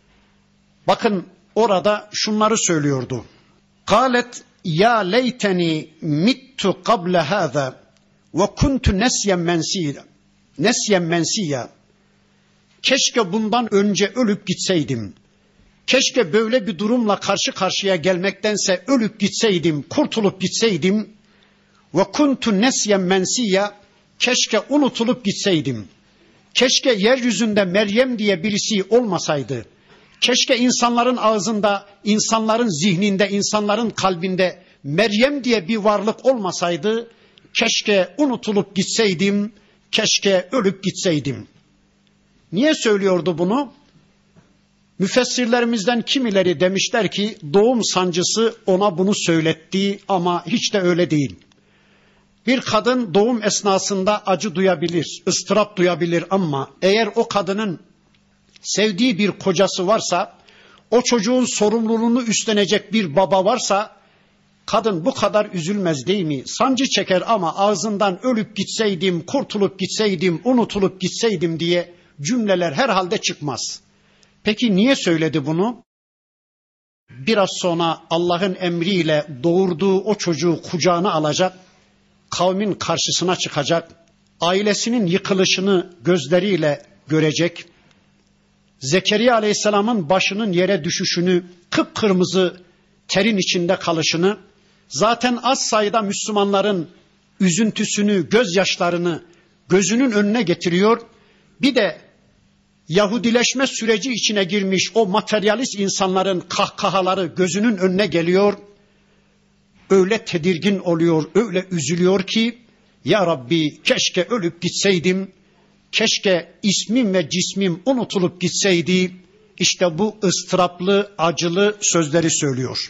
Bakın orada şunları söylüyordu. Kalet ya leyteni mittu qabla hâzâ ve kuntu nesyen mensiyya. Nesyen mensiyya. Keşke bundan önce ölüp gitseydim. Keşke böyle bir durumla karşı karşıya gelmektense ölüp gitseydim, kurtulup gitseydim. Ve kuntu nesyen mensiyya. Keşke unutulup gitseydim. Keşke yeryüzünde Meryem diye birisi olmasaydı. Keşke insanların ağzında, insanların zihninde, insanların kalbinde Meryem diye bir varlık olmasaydı. Keşke unutulup gitseydim. Keşke ölüp gitseydim. Niye söylüyordu bunu? Müfessirlerimizden kimileri demişler ki doğum sancısı ona bunu söyletti ama hiç de öyle değil. Bir kadın doğum esnasında acı duyabilir, ıstırap duyabilir ama eğer o kadının sevdiği bir kocası varsa, o çocuğun sorumluluğunu üstlenecek bir baba varsa, kadın bu kadar üzülmez değil mi? Sancı çeker ama ağzından ölüp gitseydim, kurtulup gitseydim, unutulup gitseydim diye cümleler herhalde çıkmaz. Peki niye söyledi bunu? Biraz sonra Allah'ın emriyle doğurduğu o çocuğu kucağına alacak, kavmin karşısına çıkacak, ailesinin yıkılışını gözleriyle görecek, Zekeriya Aleyhisselam'ın başının yere düşüşünü, kıpkırmızı terin içinde kalışını, zaten az sayıda Müslümanların üzüntüsünü, gözyaşlarını gözünün önüne getiriyor. Bir de Yahudileşme süreci içine girmiş o materyalist insanların kahkahaları gözünün önüne geliyor. Öyle tedirgin oluyor, öyle üzülüyor ki, ya Rabbi keşke ölüp gitseydim, keşke ismim ve cismim unutulup gitseydi, işte bu ıstıraplı, acılı sözleri söylüyor.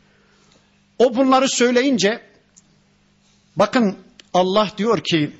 O bunları söyleyince bakın Allah diyor ki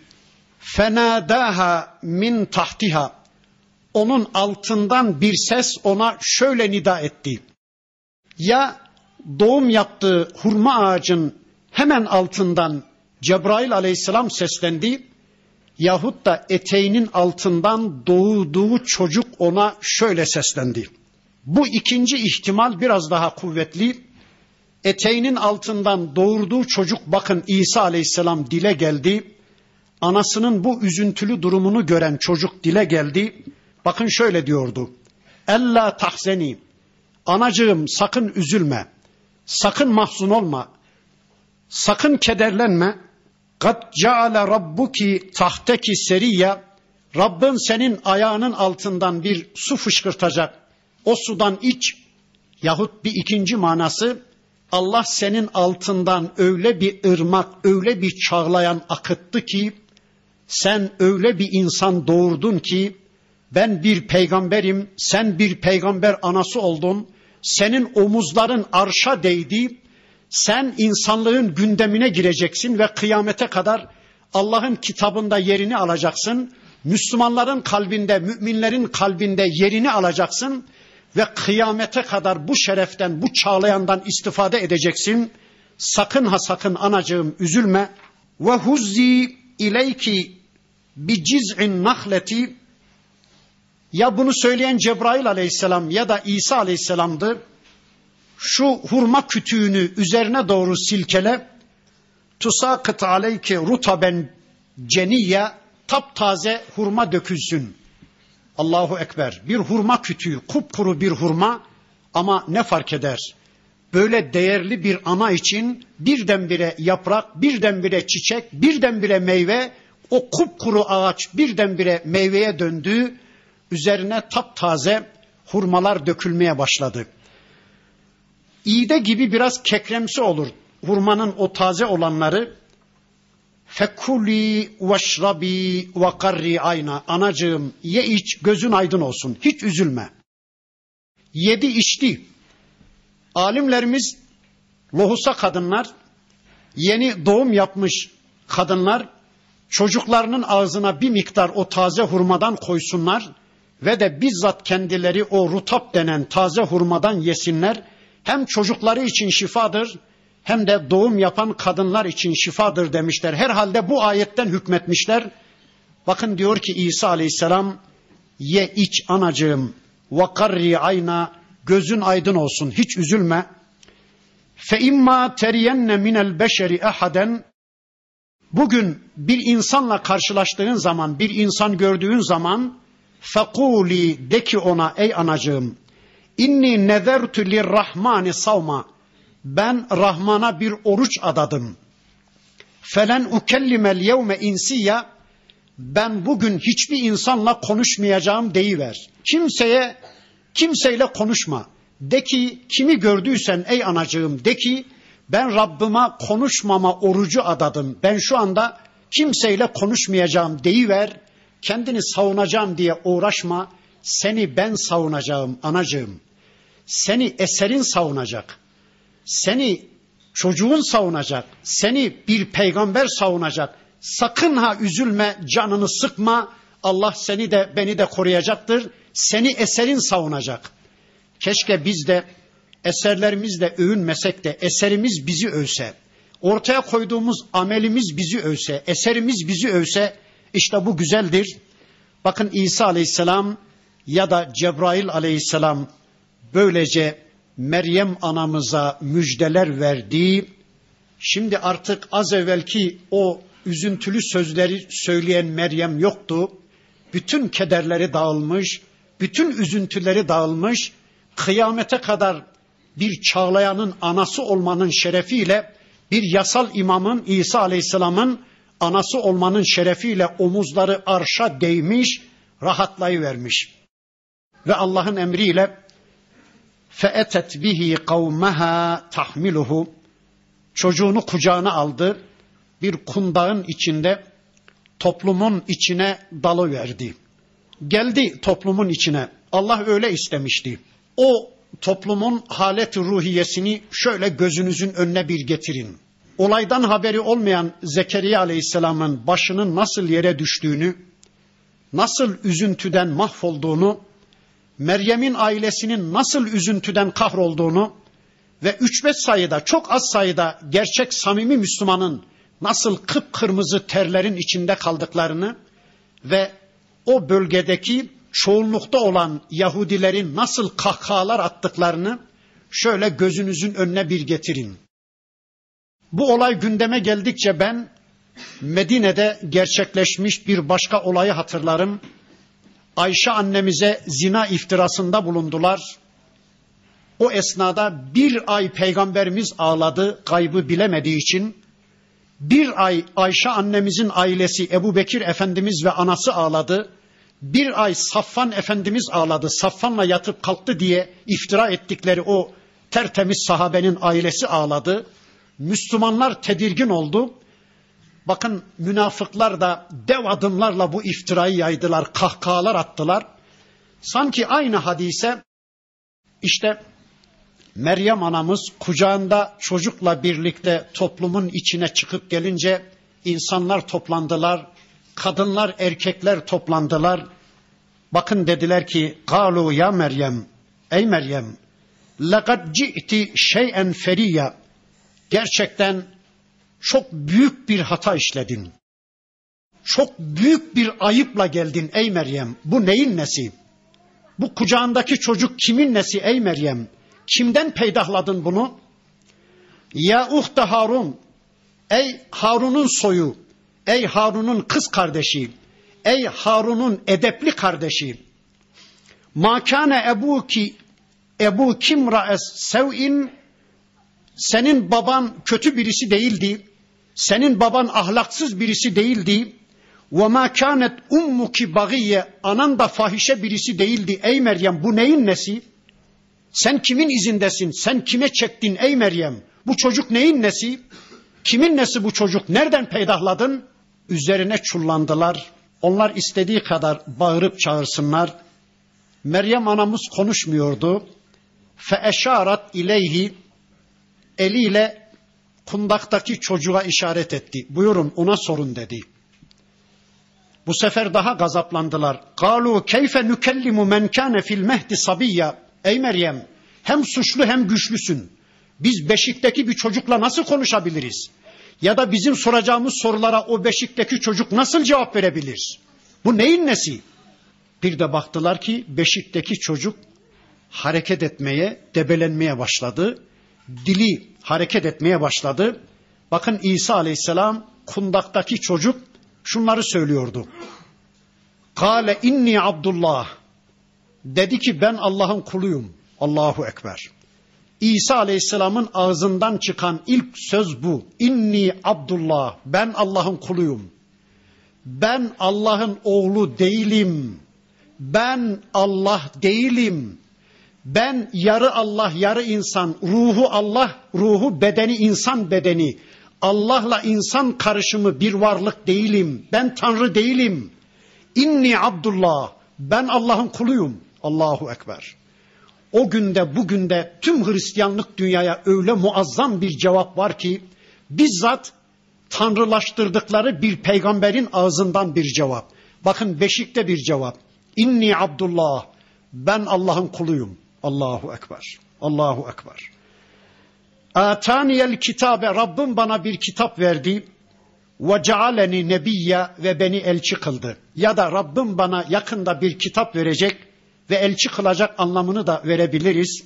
fenadaha min tahtiha, onun altından bir ses ona şöyle nida etti. Ya doğum yaptığı hurma ağacın hemen altından Cebrail aleyhisselam seslendi, yahut da eteğinin altından doğduğu çocuk ona şöyle seslendi. Bu ikinci ihtimal biraz daha kuvvetli. Eteğinin altından doğurduğu çocuk, bakın İsa aleyhisselam dile geldi. Anasının bu üzüntülü durumunu gören çocuk dile geldi. Bakın şöyle diyordu. Ella tahzeni, anacığım sakın üzülme, sakın mahzun olma, sakın kederlenme. Kad ceale rabbuki tahteki seriya, Rabbin senin ayağının altından bir su fışkırtacak, o sudan iç. Yahut bir ikinci manası, Allah senin altından öyle bir ırmak, öyle bir çağlayan akıttı ki, sen öyle bir insan doğurdun ki, ben bir peygamberim, sen bir peygamber anası oldun, senin omuzların arşa değdi, sen insanlığın gündemine gireceksin ve kıyamete kadar Allah'ın kitabında yerini alacaksın, Müslümanların kalbinde, müminlerin kalbinde yerini alacaksın ve kıyamete kadar bu şereften, bu çağlayandan istifade edeceksin. Sakın ha sakın anacığım üzülme. Ve huzzi ileyki bi ciz'in nahleti, ya bunu söyleyen Cebrail aleyhisselam ya da İsa aleyhisselamdı. Şu hurma kütüğünü üzerine doğru silkele, tusakıt aleyke rutaben ceniyye, taptaze hurma dökülsün. Allahu Ekber. Bir hurma kütüğü, kupkuru bir hurma, ama ne fark eder? Böyle değerli bir ana için birdenbire yaprak, birdenbire çiçek, birdenbire meyve, o kupkuru ağaç birdenbire meyveye döndü. Üzerine taptaze hurmalar dökülmeye başladı. İğde gibi biraz kekremsi olur hurmanın o taze olanları. Fekuli veşrabi ve karri ayna, anacığım ye iç, gözün aydın olsun, hiç üzülme. Yedi içti. Alimlerimiz lohusa kadınlar, yeni doğum yapmış kadınlar çocuklarının ağzına bir miktar o taze hurmadan koysunlar ve de bizzat kendileri o rutap denen taze hurmadan yesinler. Hem çocukları için şifadır, hem de doğum yapan kadınlar için şifadır demişler. Herhalde bu ayetten hükmetmişler. Bakın diyor ki İsa aleyhisselam, ye iç anacığım, ve karri ayna, gözün aydın olsun, hiç üzülme. Fe imma teriyenne minel beşeri ahaden, bugün bir insanla karşılaştığın zaman, bir insan gördüğün zaman, fekuli, de ki ona ey anacığım, İnni nezertu lirrahmani savma, ben Rahman'a bir oruç adadım. Felen ukellimel yevme insiya, ben bugün hiçbir insanla konuşmayacağım deyiver. Kimseye, kimseyle konuşma. De ki kimi gördüysen ey anacığım, de ki ben Rabbime konuşmama orucu adadım. Ben şu anda kimseyle konuşmayacağım deyiver. Kendini savunacağım diye uğraşma. Seni ben savunacağım anacığım. Seni eserin savunacak. Seni çocuğun savunacak. Seni bir peygamber savunacak. Sakın ha üzülme, canını sıkma. Allah seni de beni de koruyacaktır. Seni eserin savunacak. Keşke biz de eserlerimizle övünmesek de eserimiz bizi övse. Ortaya koyduğumuz amelimiz bizi övse, eserimiz bizi övse, işte bu güzeldir. Bakın İsa aleyhisselam ya da Cebrail aleyhisselam böylece Meryem anamıza müjdeler verdi. Şimdi artık az evvelki o üzüntülü sözleri söyleyen Meryem yoktu. Bütün kederleri dağılmış, bütün üzüntüleri dağılmış. Kıyamete kadar bir çağlayanın anası olmanın şerefiyle, bir yasal imamın, İsa aleyhisselamın anası olmanın şerefiyle omuzları arşa değmiş, rahatlayıvermiş. Ve Allah'ın emriyle فَاَتَتْ بِهِ قَوْمَهَا تَحْمِلُهُ, çocuğunu kucağına aldı, bir kundağın içinde toplumun içine dalıverdi. Geldi toplumun içine. Allah öyle istemişti. O toplumun halet-i ruhiyesini şöyle gözünüzün önüne bir getirin. Olaydan haberi olmayan Zekeriya Aleyhisselam'ın başının nasıl yere düştüğünü, nasıl üzüntüden mahvolduğunu, Meryem'in ailesinin nasıl üzüntüden kahrolduğunu ve üç beş sayıda, çok az sayıda gerçek samimi Müslümanın nasıl kıpkırmızı terlerin içinde kaldıklarını ve o bölgedeki çoğunlukta olan Yahudilerin nasıl kahkahalar attıklarını şöyle gözünüzün önüne bir getirin. Bu olay gündeme geldikçe ben Medine'de gerçekleşmiş bir başka olayı hatırlarım. Ayşe annemize zina iftirasında bulundular. O esnada bir ay Peygamberimiz ağladı, gaybı bilemediği için. Bir ay Ayşe annemizin ailesi Ebu Bekir Efendimiz ve anası ağladı. Bir ay Safvan Efendimiz ağladı. Safvan'la yatıp kalktı diye iftira ettikleri o tertemiz sahabenin ailesi ağladı. Müslümanlar tedirgin oldu. Bakın münafıklar da dev adımlarla bu iftirayı yaydılar, kahkahalar attılar. Sanki aynı hadise işte Meryem anamız kucağında çocukla birlikte toplumun içine çıkıp gelince insanlar toplandılar, kadınlar erkekler toplandılar. Bakın dediler ki "Galu ya Meryem, ey Meryem, laqad ci'ti şey'en feriya." Gerçekten çok büyük bir hata işledin. Çok büyük bir ayıpla geldin ey Meryem. Bu neyin nesi? Bu kucağındaki çocuk kimin nesi ey Meryem? Kimden peydahladın bunu? Ya uhte Harun, ey Harun'un soyu, ey Harun'un kız kardeşi, ey Harun'un edepli kardeşi. Ma kâne ebuki ebu kimra'es sev'in, senin baban kötü birisi değildi. Senin baban ahlaksız birisi değildi. Ve ma kânet ummuki bagiyye, anan da fahişe birisi değildi. Ey Meryem, bu neyin nesi? Sen kimin izindesin? Sen kime çektin ey Meryem? Bu çocuk neyin nesi? Kimin nesi bu çocuk? Nereden peydahladın? Üzerine çullandılar. Onlar istediği kadar bağırıp çağırsınlar. Meryem anamız konuşmuyordu. Fe eşarat ileyhi, eliyle kundaktaki çocuğa işaret etti. Buyurun ona sorun dedi. Bu sefer daha gazaplandılar. Galu keyfe nukellimu men kâne fil mehdi sabiyya. Ey Meryem, hem suçlu hem güçlüsün. Biz beşikteki bir çocukla nasıl konuşabiliriz? Ya da bizim soracağımız sorulara o beşikteki çocuk nasıl cevap verebilir? Bu neyin nesi? Bir de baktılar ki beşikteki çocuk hareket etmeye, debelenmeye başladı. Dili hareket etmeye başladı. Bakın İsa Aleyhisselam kundaktaki çocuk şunları söylüyordu. Kâle inni Abdullah. Dedi ki ben Allah'ın kuluyum. Allahu Ekber. İsa Aleyhisselam'ın ağzından çıkan ilk söz bu. İnni Abdullah. Ben Allah'ın kuluyum. Ben Allah'ın oğlu değilim. Ben Allah değilim. Ben yarı Allah, yarı insan, ruhu Allah, ruhu bedeni insan bedeni. Allah'la insan karışımı bir varlık değilim. Ben Tanrı değilim. İnni Abdullah. Ben Allah'ın kuluyum. Allahu Ekber. O günde bugün de tüm Hristiyanlık dünyaya öyle muazzam bir cevap var ki bizzat tanrılaştırdıkları bir peygamberin ağzından bir cevap. Bakın beşikte bir cevap. İnni Abdullah. Ben Allah'ın kuluyum. Allahu Ekber. Allahu Ekber. Ataniyel kitabe, Rabbim bana bir kitap verdi. Ve cealeni nebiyye, ve beni elçi kıldı. Ya da Rabbim bana yakında bir kitap verecek ve elçi kılacak anlamını da verebiliriz.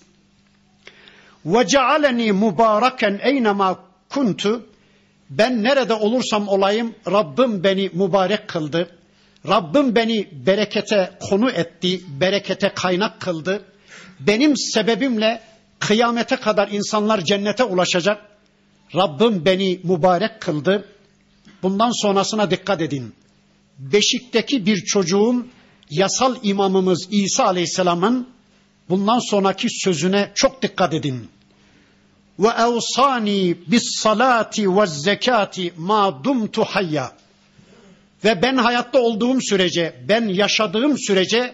Ve cealeni mübareken eynema kuntu. Ben nerede olursam olayım Rabbim beni mübarek kıldı. Rabbim beni berekete konu etti, berekete kaynak kıldı. Benim sebebimle kıyamete kadar insanlar cennete ulaşacak. Rabbim beni mübarek kıldı. Bundan sonrasına dikkat edin. Beşikteki bir çocuğun yasal imamımız İsa Aleyhisselam'ın bundan sonraki sözüne çok dikkat edin. Ve evsani bis salati ve zekati ma dumtu hayya. Ve ben hayatta olduğum sürece, ben yaşadığım sürece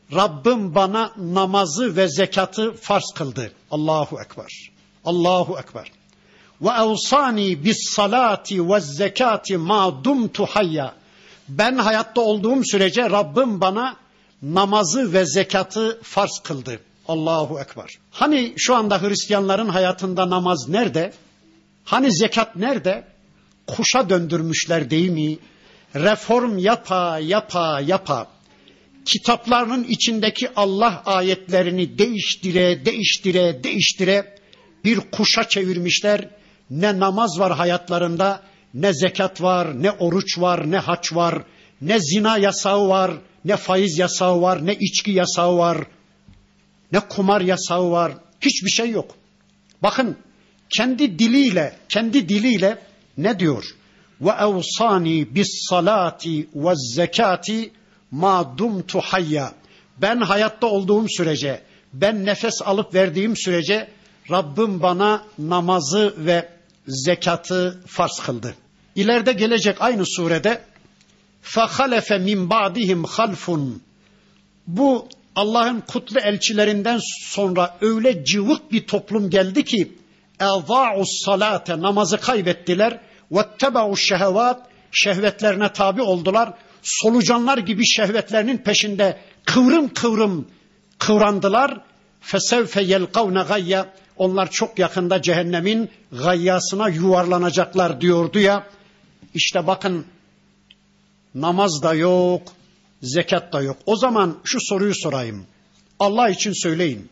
Rabbim bana namazı ve zekatı farz kıldı. Allahu Ekber. Allahu Ekber. Ve evsani bis salati ve zekati ma dumtu hayya. Ben hayatta olduğum sürece Rabbim bana namazı ve zekatı farz kıldı. Allahu Ekber. Hani şu anda Hristiyanların hayatında namaz nerede? Hani zekat nerede? Kuşa döndürmüşler değil mi? Reform yapa yapa yapa kitaplarının içindeki Allah ayetlerini değiştire değiştire değiştire bir kuşa çevirmişler. Ne namaz var hayatlarında, ne zekat var, ne oruç var, ne hac var, ne zina yasağı var, ne faiz yasağı var, ne içki yasağı var, ne kumar yasağı var. Hiçbir şey yok. Bakın kendi diliyle, kendi diliyle ne diyor? Ve evsani bis salati ve zekati ma dumtu hayya. Ben hayatta olduğum sürece, ben nefes alıp verdiğim sürece Rabbim bana namazı ve zekatı farz kıldı. İleride gelecek aynı surede فَخَلَفَ مِنْ بَعْدِهِمْ خَلْفٌ. Bu Allah'ın kutlu elçilerinden sonra öyle cıvık bir toplum geldi ki اَضَاعُ الصَّلَاةَ namazı kaybettiler. وَاتَّبَعُ الشَّهَوَاتِ şehvetlerine tabi oldular. Solucanlar gibi şehvetlerinin peşinde kıvrım kıvrım kıvrandılar. فَسَوْفَ يَلْقَوْنَ غَيَّ. Onlar çok yakında cehennemin gayyasına yuvarlanacaklar diyordu ya. İşte bakın namaz da yok, zekat da yok. O zaman şu soruyu sorayım. Allah için söyleyin.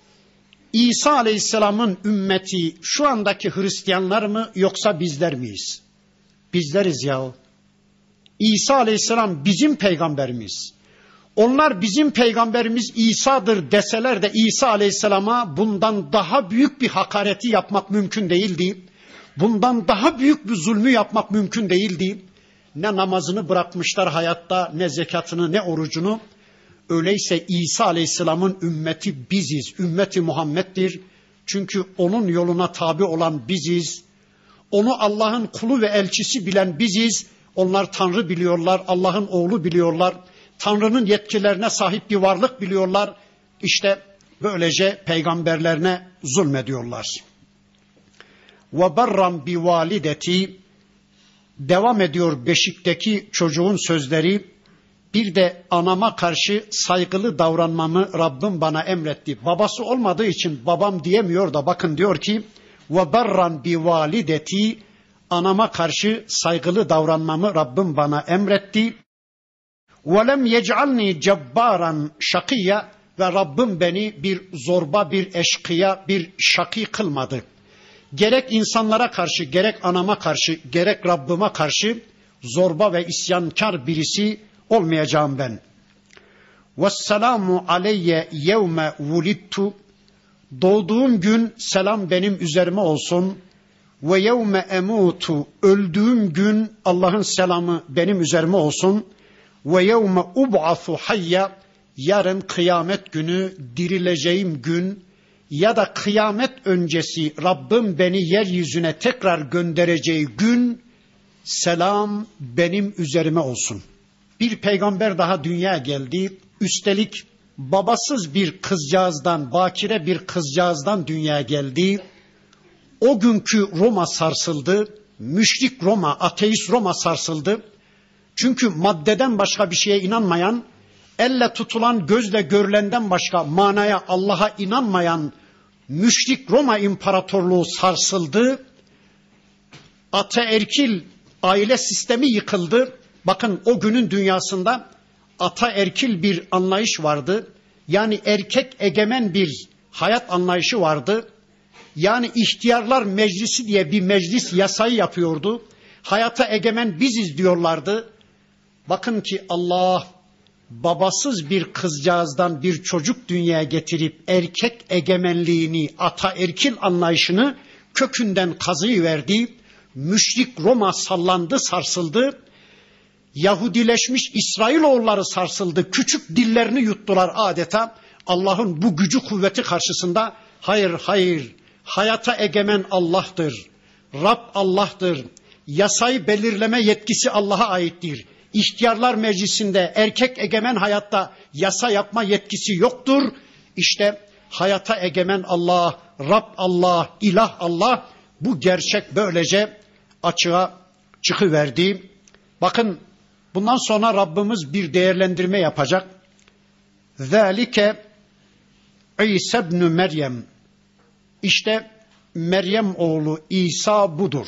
İsa Aleyhisselam'ın ümmeti şu andaki Hristiyanlar mı yoksa bizler miyiz? Bizleriz ya. İsa Aleyhisselam bizim peygamberimiz. Onlar bizim peygamberimiz İsa'dır deseler de İsa Aleyhisselam'a bundan daha büyük bir hakareti yapmak mümkün değildi. Bundan daha büyük bir zulmü yapmak mümkün değildi. Ne namazını bırakmışlar hayatta, ne zekatını, ne orucunu. Öyleyse İsa Aleyhisselam'ın ümmeti biziz, ümmeti Muhammed'dir. Çünkü onun yoluna tabi olan biziz. Onu Allah'ın kulu ve elçisi bilen biziz. Onlar Tanrı biliyorlar, Allah'ın oğlu biliyorlar. Tanrı'nın yetkilerine sahip bir varlık biliyorlar. İşte böylece peygamberlerine zulmediyorlar. Ve berram bi valideti. Devam ediyor beşikteki çocuğun sözleri. Bir de anama karşı saygılı davranmamı Rabbim bana emretti. Babası olmadığı için babam diyemiyor da bakın diyor ki ve berran bi valideti, anama karşı saygılı davranmamı Rabbim bana emretti. Ve lem yec'alni cebbaran şakiyya, ve Rabbim beni bir zorba, bir eşkıya, bir şaki kılmadı. Gerek insanlara karşı, gerek anama karşı, gerek Rabbime karşı zorba ve isyankar birisi olmayacağım ben. Vesselamu aleyye yevme vulidtu. Doğduğum gün selam benim üzerime olsun. Ve yevme emutu. Öldüğüm gün Allah'ın selamı benim üzerime olsun. Ve yevme ub'athu hayya. Yarın kıyamet günü dirileceğim gün ya da kıyamet öncesi Rabbim beni yeryüzüne tekrar göndereceği gün selam benim üzerime olsun. Bir peygamber daha dünyaya geldi. Üstelik babasız bir kızcağızdan, bakire bir kızcağızdan dünyaya geldi. O günkü Roma sarsıldı. Müşrik Roma, ateist Roma sarsıldı. Çünkü maddeden başka bir şeye inanmayan, elle tutulan, gözle görülenden başka manaya, Allah'a inanmayan müşrik Roma İmparatorluğu sarsıldı. Ataerkil aile sistemi yıkıldı. Bakın o günün dünyasında ataerkil bir anlayış vardı. Yani erkek egemen bir hayat anlayışı vardı. Yani ihtiyarlar meclisi diye bir meclis yasayı yapıyordu. Hayata egemen biziz diyorlardı. Bakın ki Allah babasız bir kızcağızdan bir çocuk dünyaya getirip erkek egemenliğini, ataerkil anlayışını kökünden kazıyıverdi. Müşrik Roma sallandı, sarsıldı. Yahudileşmiş İsrailoğulları sarsıldı. Küçük dillerini yuttular adeta. Allah'ın bu gücü kuvveti karşısında hayır hayır, hayata egemen Allah'tır. Rab Allah'tır. Yasayı belirleme yetkisi Allah'a aittir. İhtiyarlar Meclisi'nde erkek egemen hayatta yasa yapma yetkisi yoktur. İşte hayata egemen Allah, Rab Allah, İlah Allah, bu gerçek böylece açığa çıkıverdi. Bakın bundan sonra Rabbimiz bir değerlendirme yapacak. Zalike İsa ibn Meryem. İşte Meryem oğlu İsa budur.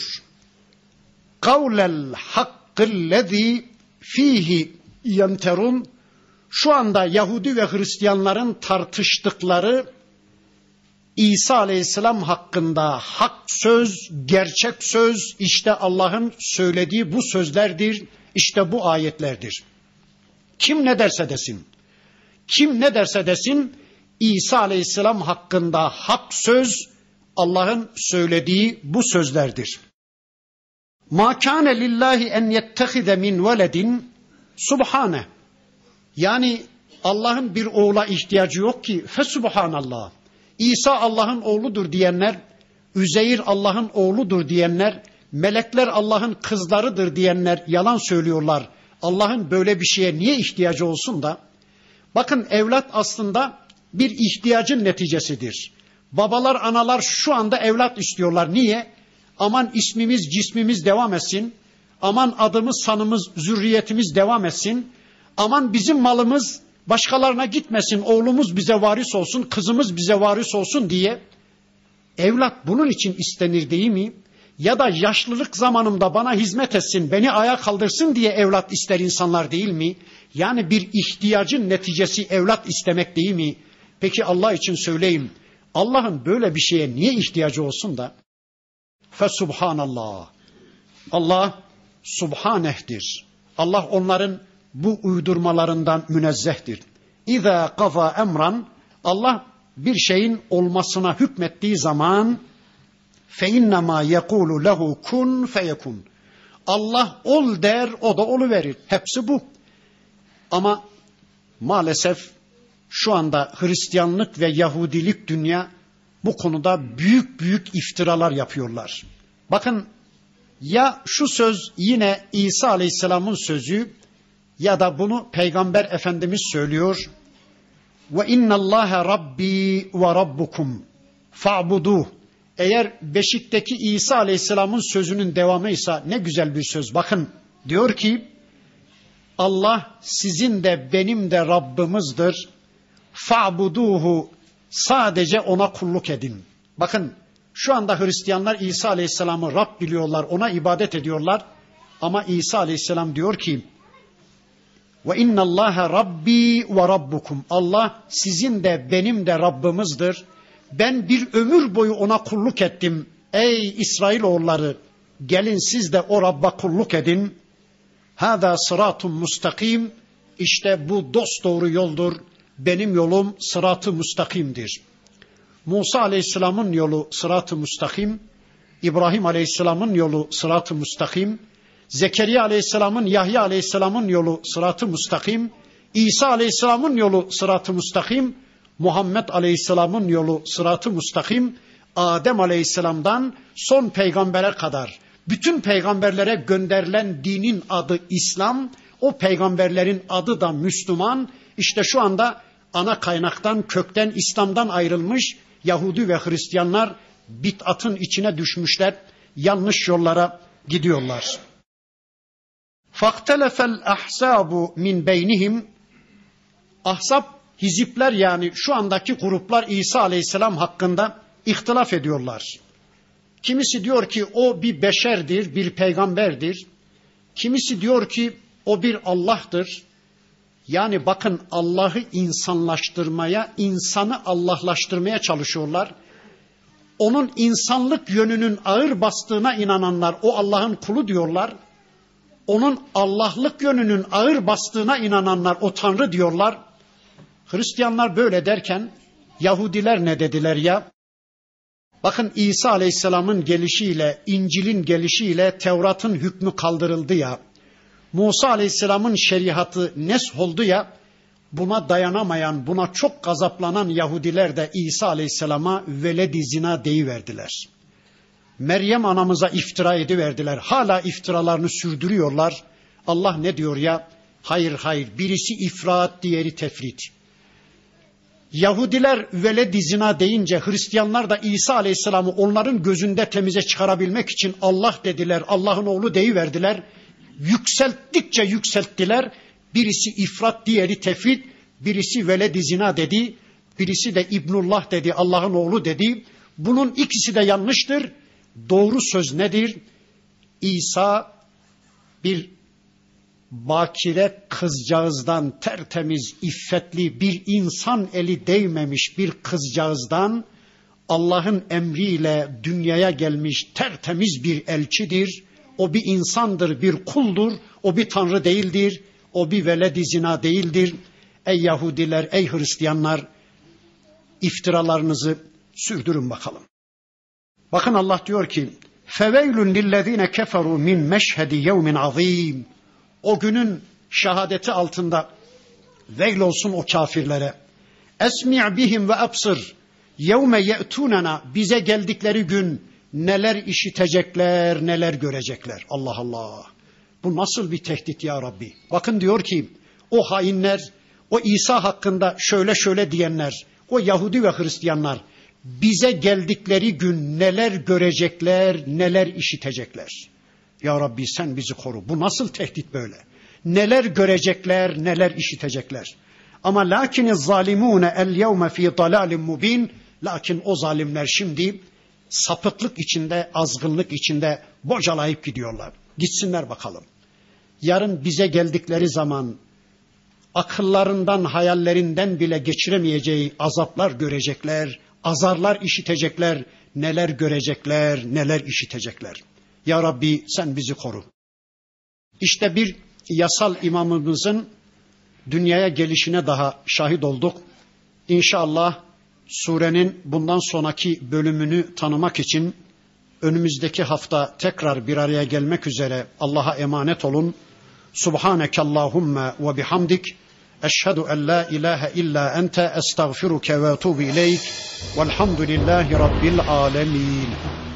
Kavlel hakkillezî fihi yenterun. Şu anda Yahudi ve Hristiyanların tartıştıkları İsa Aleyhisselam hakkında hak söz, gerçek söz, işte Allah'ın söylediği bu sözlerdir, işte bu ayetlerdir. Kim ne derse desin, kim ne derse desin, İsa Aleyhisselam hakkında hak söz, Allah'ın söylediği bu sözlerdir. Ma kâne lillahi en yettehide min veledin subhane. Yani Allah'ın bir oğula ihtiyacı yok ki, fesubhanallah. İsa Allah'ın oğludur diyenler, Üzeyir Allah'ın oğludur diyenler, melekler Allah'ın kızlarıdır diyenler yalan söylüyorlar. Allah'ın böyle bir şeye niye ihtiyacı olsun da? Bakın, evlat aslında bir ihtiyacın neticesidir. Babalar, analar şu anda evlat istiyorlar. Niye? Aman ismimiz, cismimiz devam etsin. Aman adımız, sanımız, zürriyetimiz devam etsin. Aman bizim malımız başkalarına gitmesin, oğlumuz bize varis olsun, kızımız bize varis olsun diye. Evlat bunun için istenir değil mi? Ya da yaşlılık zamanımda bana hizmet etsin, beni ayağa kaldırsın diye evlat ister insanlar değil mi? Yani bir ihtiyacın neticesi evlat istemek değil mi? Peki Allah için söyleyeyim, Allah'ın böyle bir şeye niye ihtiyacı olsun da? Fesubhanallah. Allah subhanehtir. Allah onların bu uydurmalarından münezzehtir. İza kaza emran, Allah bir şeyin olmasına hükmettiği zaman fe innema yekulu lehu kun feyekun. Allah ol der, o da oluverir. Hepsi bu. Ama maalesef şu anda Hristiyanlık ve Yahudilik dünya bu konuda büyük büyük iftiralar yapıyorlar. Bakın, ya şu söz yine İsa Aleyhisselam'ın sözü ya da bunu Peygamber Efendimiz söylüyor. Ve innallâhe rabbi ve rabbukum fa'buduh. Eğer Beşik'teki İsa Aleyhisselam'ın sözünün devamıysa ne güzel bir söz. Bakın, diyor ki Allah sizin de benim de Rabbimizdir. Fa'buduhu, sadece ona kulluk edin. Bakın, şu anda Hristiyanlar İsa Aleyhisselam'ı Rab biliyorlar, ona ibadet ediyorlar. Ama İsa Aleyhisselam diyor ki ve innallâhe rabbi ve rabbukum. Allah sizin de benim de Rabbimizdir. Ben bir ömür boyu ona kulluk ettim. Ey İsrailoğulları, gelin siz de o Rabb'a kulluk edin. Hâzâ sıratun mustakim. İşte bu dosdoğru yoldur. Benim yolum sırat-ı müstakimdir. Musa Aleyhisselam'ın yolu sırat-ı müstakim. İbrahim Aleyhisselam'ın yolu sırat-ı müstakim. Zekeriya Aleyhisselam'ın, Yahya Aleyhisselam'ın yolu sırat-ı müstakim. İsa Aleyhisselam'ın yolu sırat-ı müstakim. Muhammed Aleyhisselam'ın yolu sırat-ı müstakim. Adem Aleyhisselam'dan son peygambere kadar bütün peygamberlere gönderilen dinin adı İslam. O peygamberlerin adı da Müslüman. İşte şu anda ana kaynaktan, kökten, İslam'dan ayrılmış Yahudi ve Hristiyanlar bid'atın içine düşmüşler. Yanlış yollara gidiyorlar. فَاخْتَلَفَ الْاَحْسَابُ min beynihim. Ahzab, hizipler, yani şu andaki gruplar İsa Aleyhisselam hakkında ihtilaf ediyorlar. Kimisi diyor ki o bir beşerdir, bir peygamberdir. Kimisi diyor ki o bir Allah'tır. Yani bakın, Allah'ı insanlaştırmaya, insanı Allahlaştırmaya çalışıyorlar. Onun insanlık yönünün ağır bastığına inananlar o Allah'ın kulu diyorlar. Onun Allah'lık yönünün ağır bastığına inananlar o Tanrı diyorlar. Hristiyanlar böyle derken Yahudiler ne dediler ya? Bakın, İsa Aleyhisselam'ın gelişiyle, İncil'in gelişiyle Tevrat'ın hükmü kaldırıldı ya. Musa Aleyhisselam'ın şeriatı nesh oldu ya. Buna dayanamayan, buna çok gazaplanan Yahudiler de İsa Aleyhisselam'a veled-i zina deyiverdiler. Meryem anamıza iftira ediverdiler. Hala iftiralarını sürdürüyorlar. Allah ne diyor ya? Hayır hayır, birisi ifrat, diğeri tefrit. Yahudiler veled-i zina deyince Hristiyanlar da İsa Aleyhisselam'ı onların gözünde temize çıkarabilmek için Allah dediler, Allah'ın oğlu deyiverdiler. Yükselttikçe yükselttiler. Birisi ifrat, diğeri tefrit, birisi veled-i zina dedi, birisi de İbnullah dedi, Allah'ın oğlu dedi. Bunun ikisi de yanlıştır. Doğru söz nedir? İsa bir bakire kızcağızdan, tertemiz, iffetli, bir insan eli değmemiş bir kızcağızdan, Allah'ın emriyle dünyaya gelmiş tertemiz bir elçidir. O bir insandır, bir kuldur. O bir tanrı değildir. O bir veled-i zina değildir. Ey Yahudiler, ey Hristiyanlar, iftiralarınızı sürdürün bakalım. Bakın Allah diyor ki: "Feveylun lillezine keferu min meşhedi yevmin azim." O günün şehadeti altında veil olsun o kafirlere. "Esmi' bihim ve absır. Yevme ye'tunena." Bize geldikleri gün neler işitecekler, neler görecekler. Allah Allah. Bu nasıl bir tehdit ya Rabbi? Bakın diyor ki o hainler, o İsa hakkında şöyle şöyle diyenler, o Yahudi ve Hristiyanlar bize geldikleri gün neler görecekler, neler işitecekler. Ya Rabbi sen bizi koru. Bu nasıl tehdit böyle? Neler görecekler, neler işitecekler. Ama lakiniz zalimune el yevme fi dalalin mubin. Lakin o zalimler şimdi sapıklık içinde, azgınlık içinde bocalayıp gidiyorlar. Gitsinler bakalım. Yarın bize geldikleri zaman akıllarından, hayallerinden bile geçiremeyeceği azaplar görecekler, azarlar işitecekler, neler görecekler, neler işitecekler. Ya Rabbi sen bizi koru. İşte bir yasal imamımızın dünyaya gelişine daha şahit olduk. İnşallah surenin bundan sonraki bölümünü tanımak için önümüzdeki hafta tekrar bir araya gelmek üzere Allah'a emanet olun. Subhaneke Allahumma ve bihamdik. Eşhedü en la ilahe illa ente estağfiruke ve etubu ileyk. Velhamdülillahi Rabbil alemin.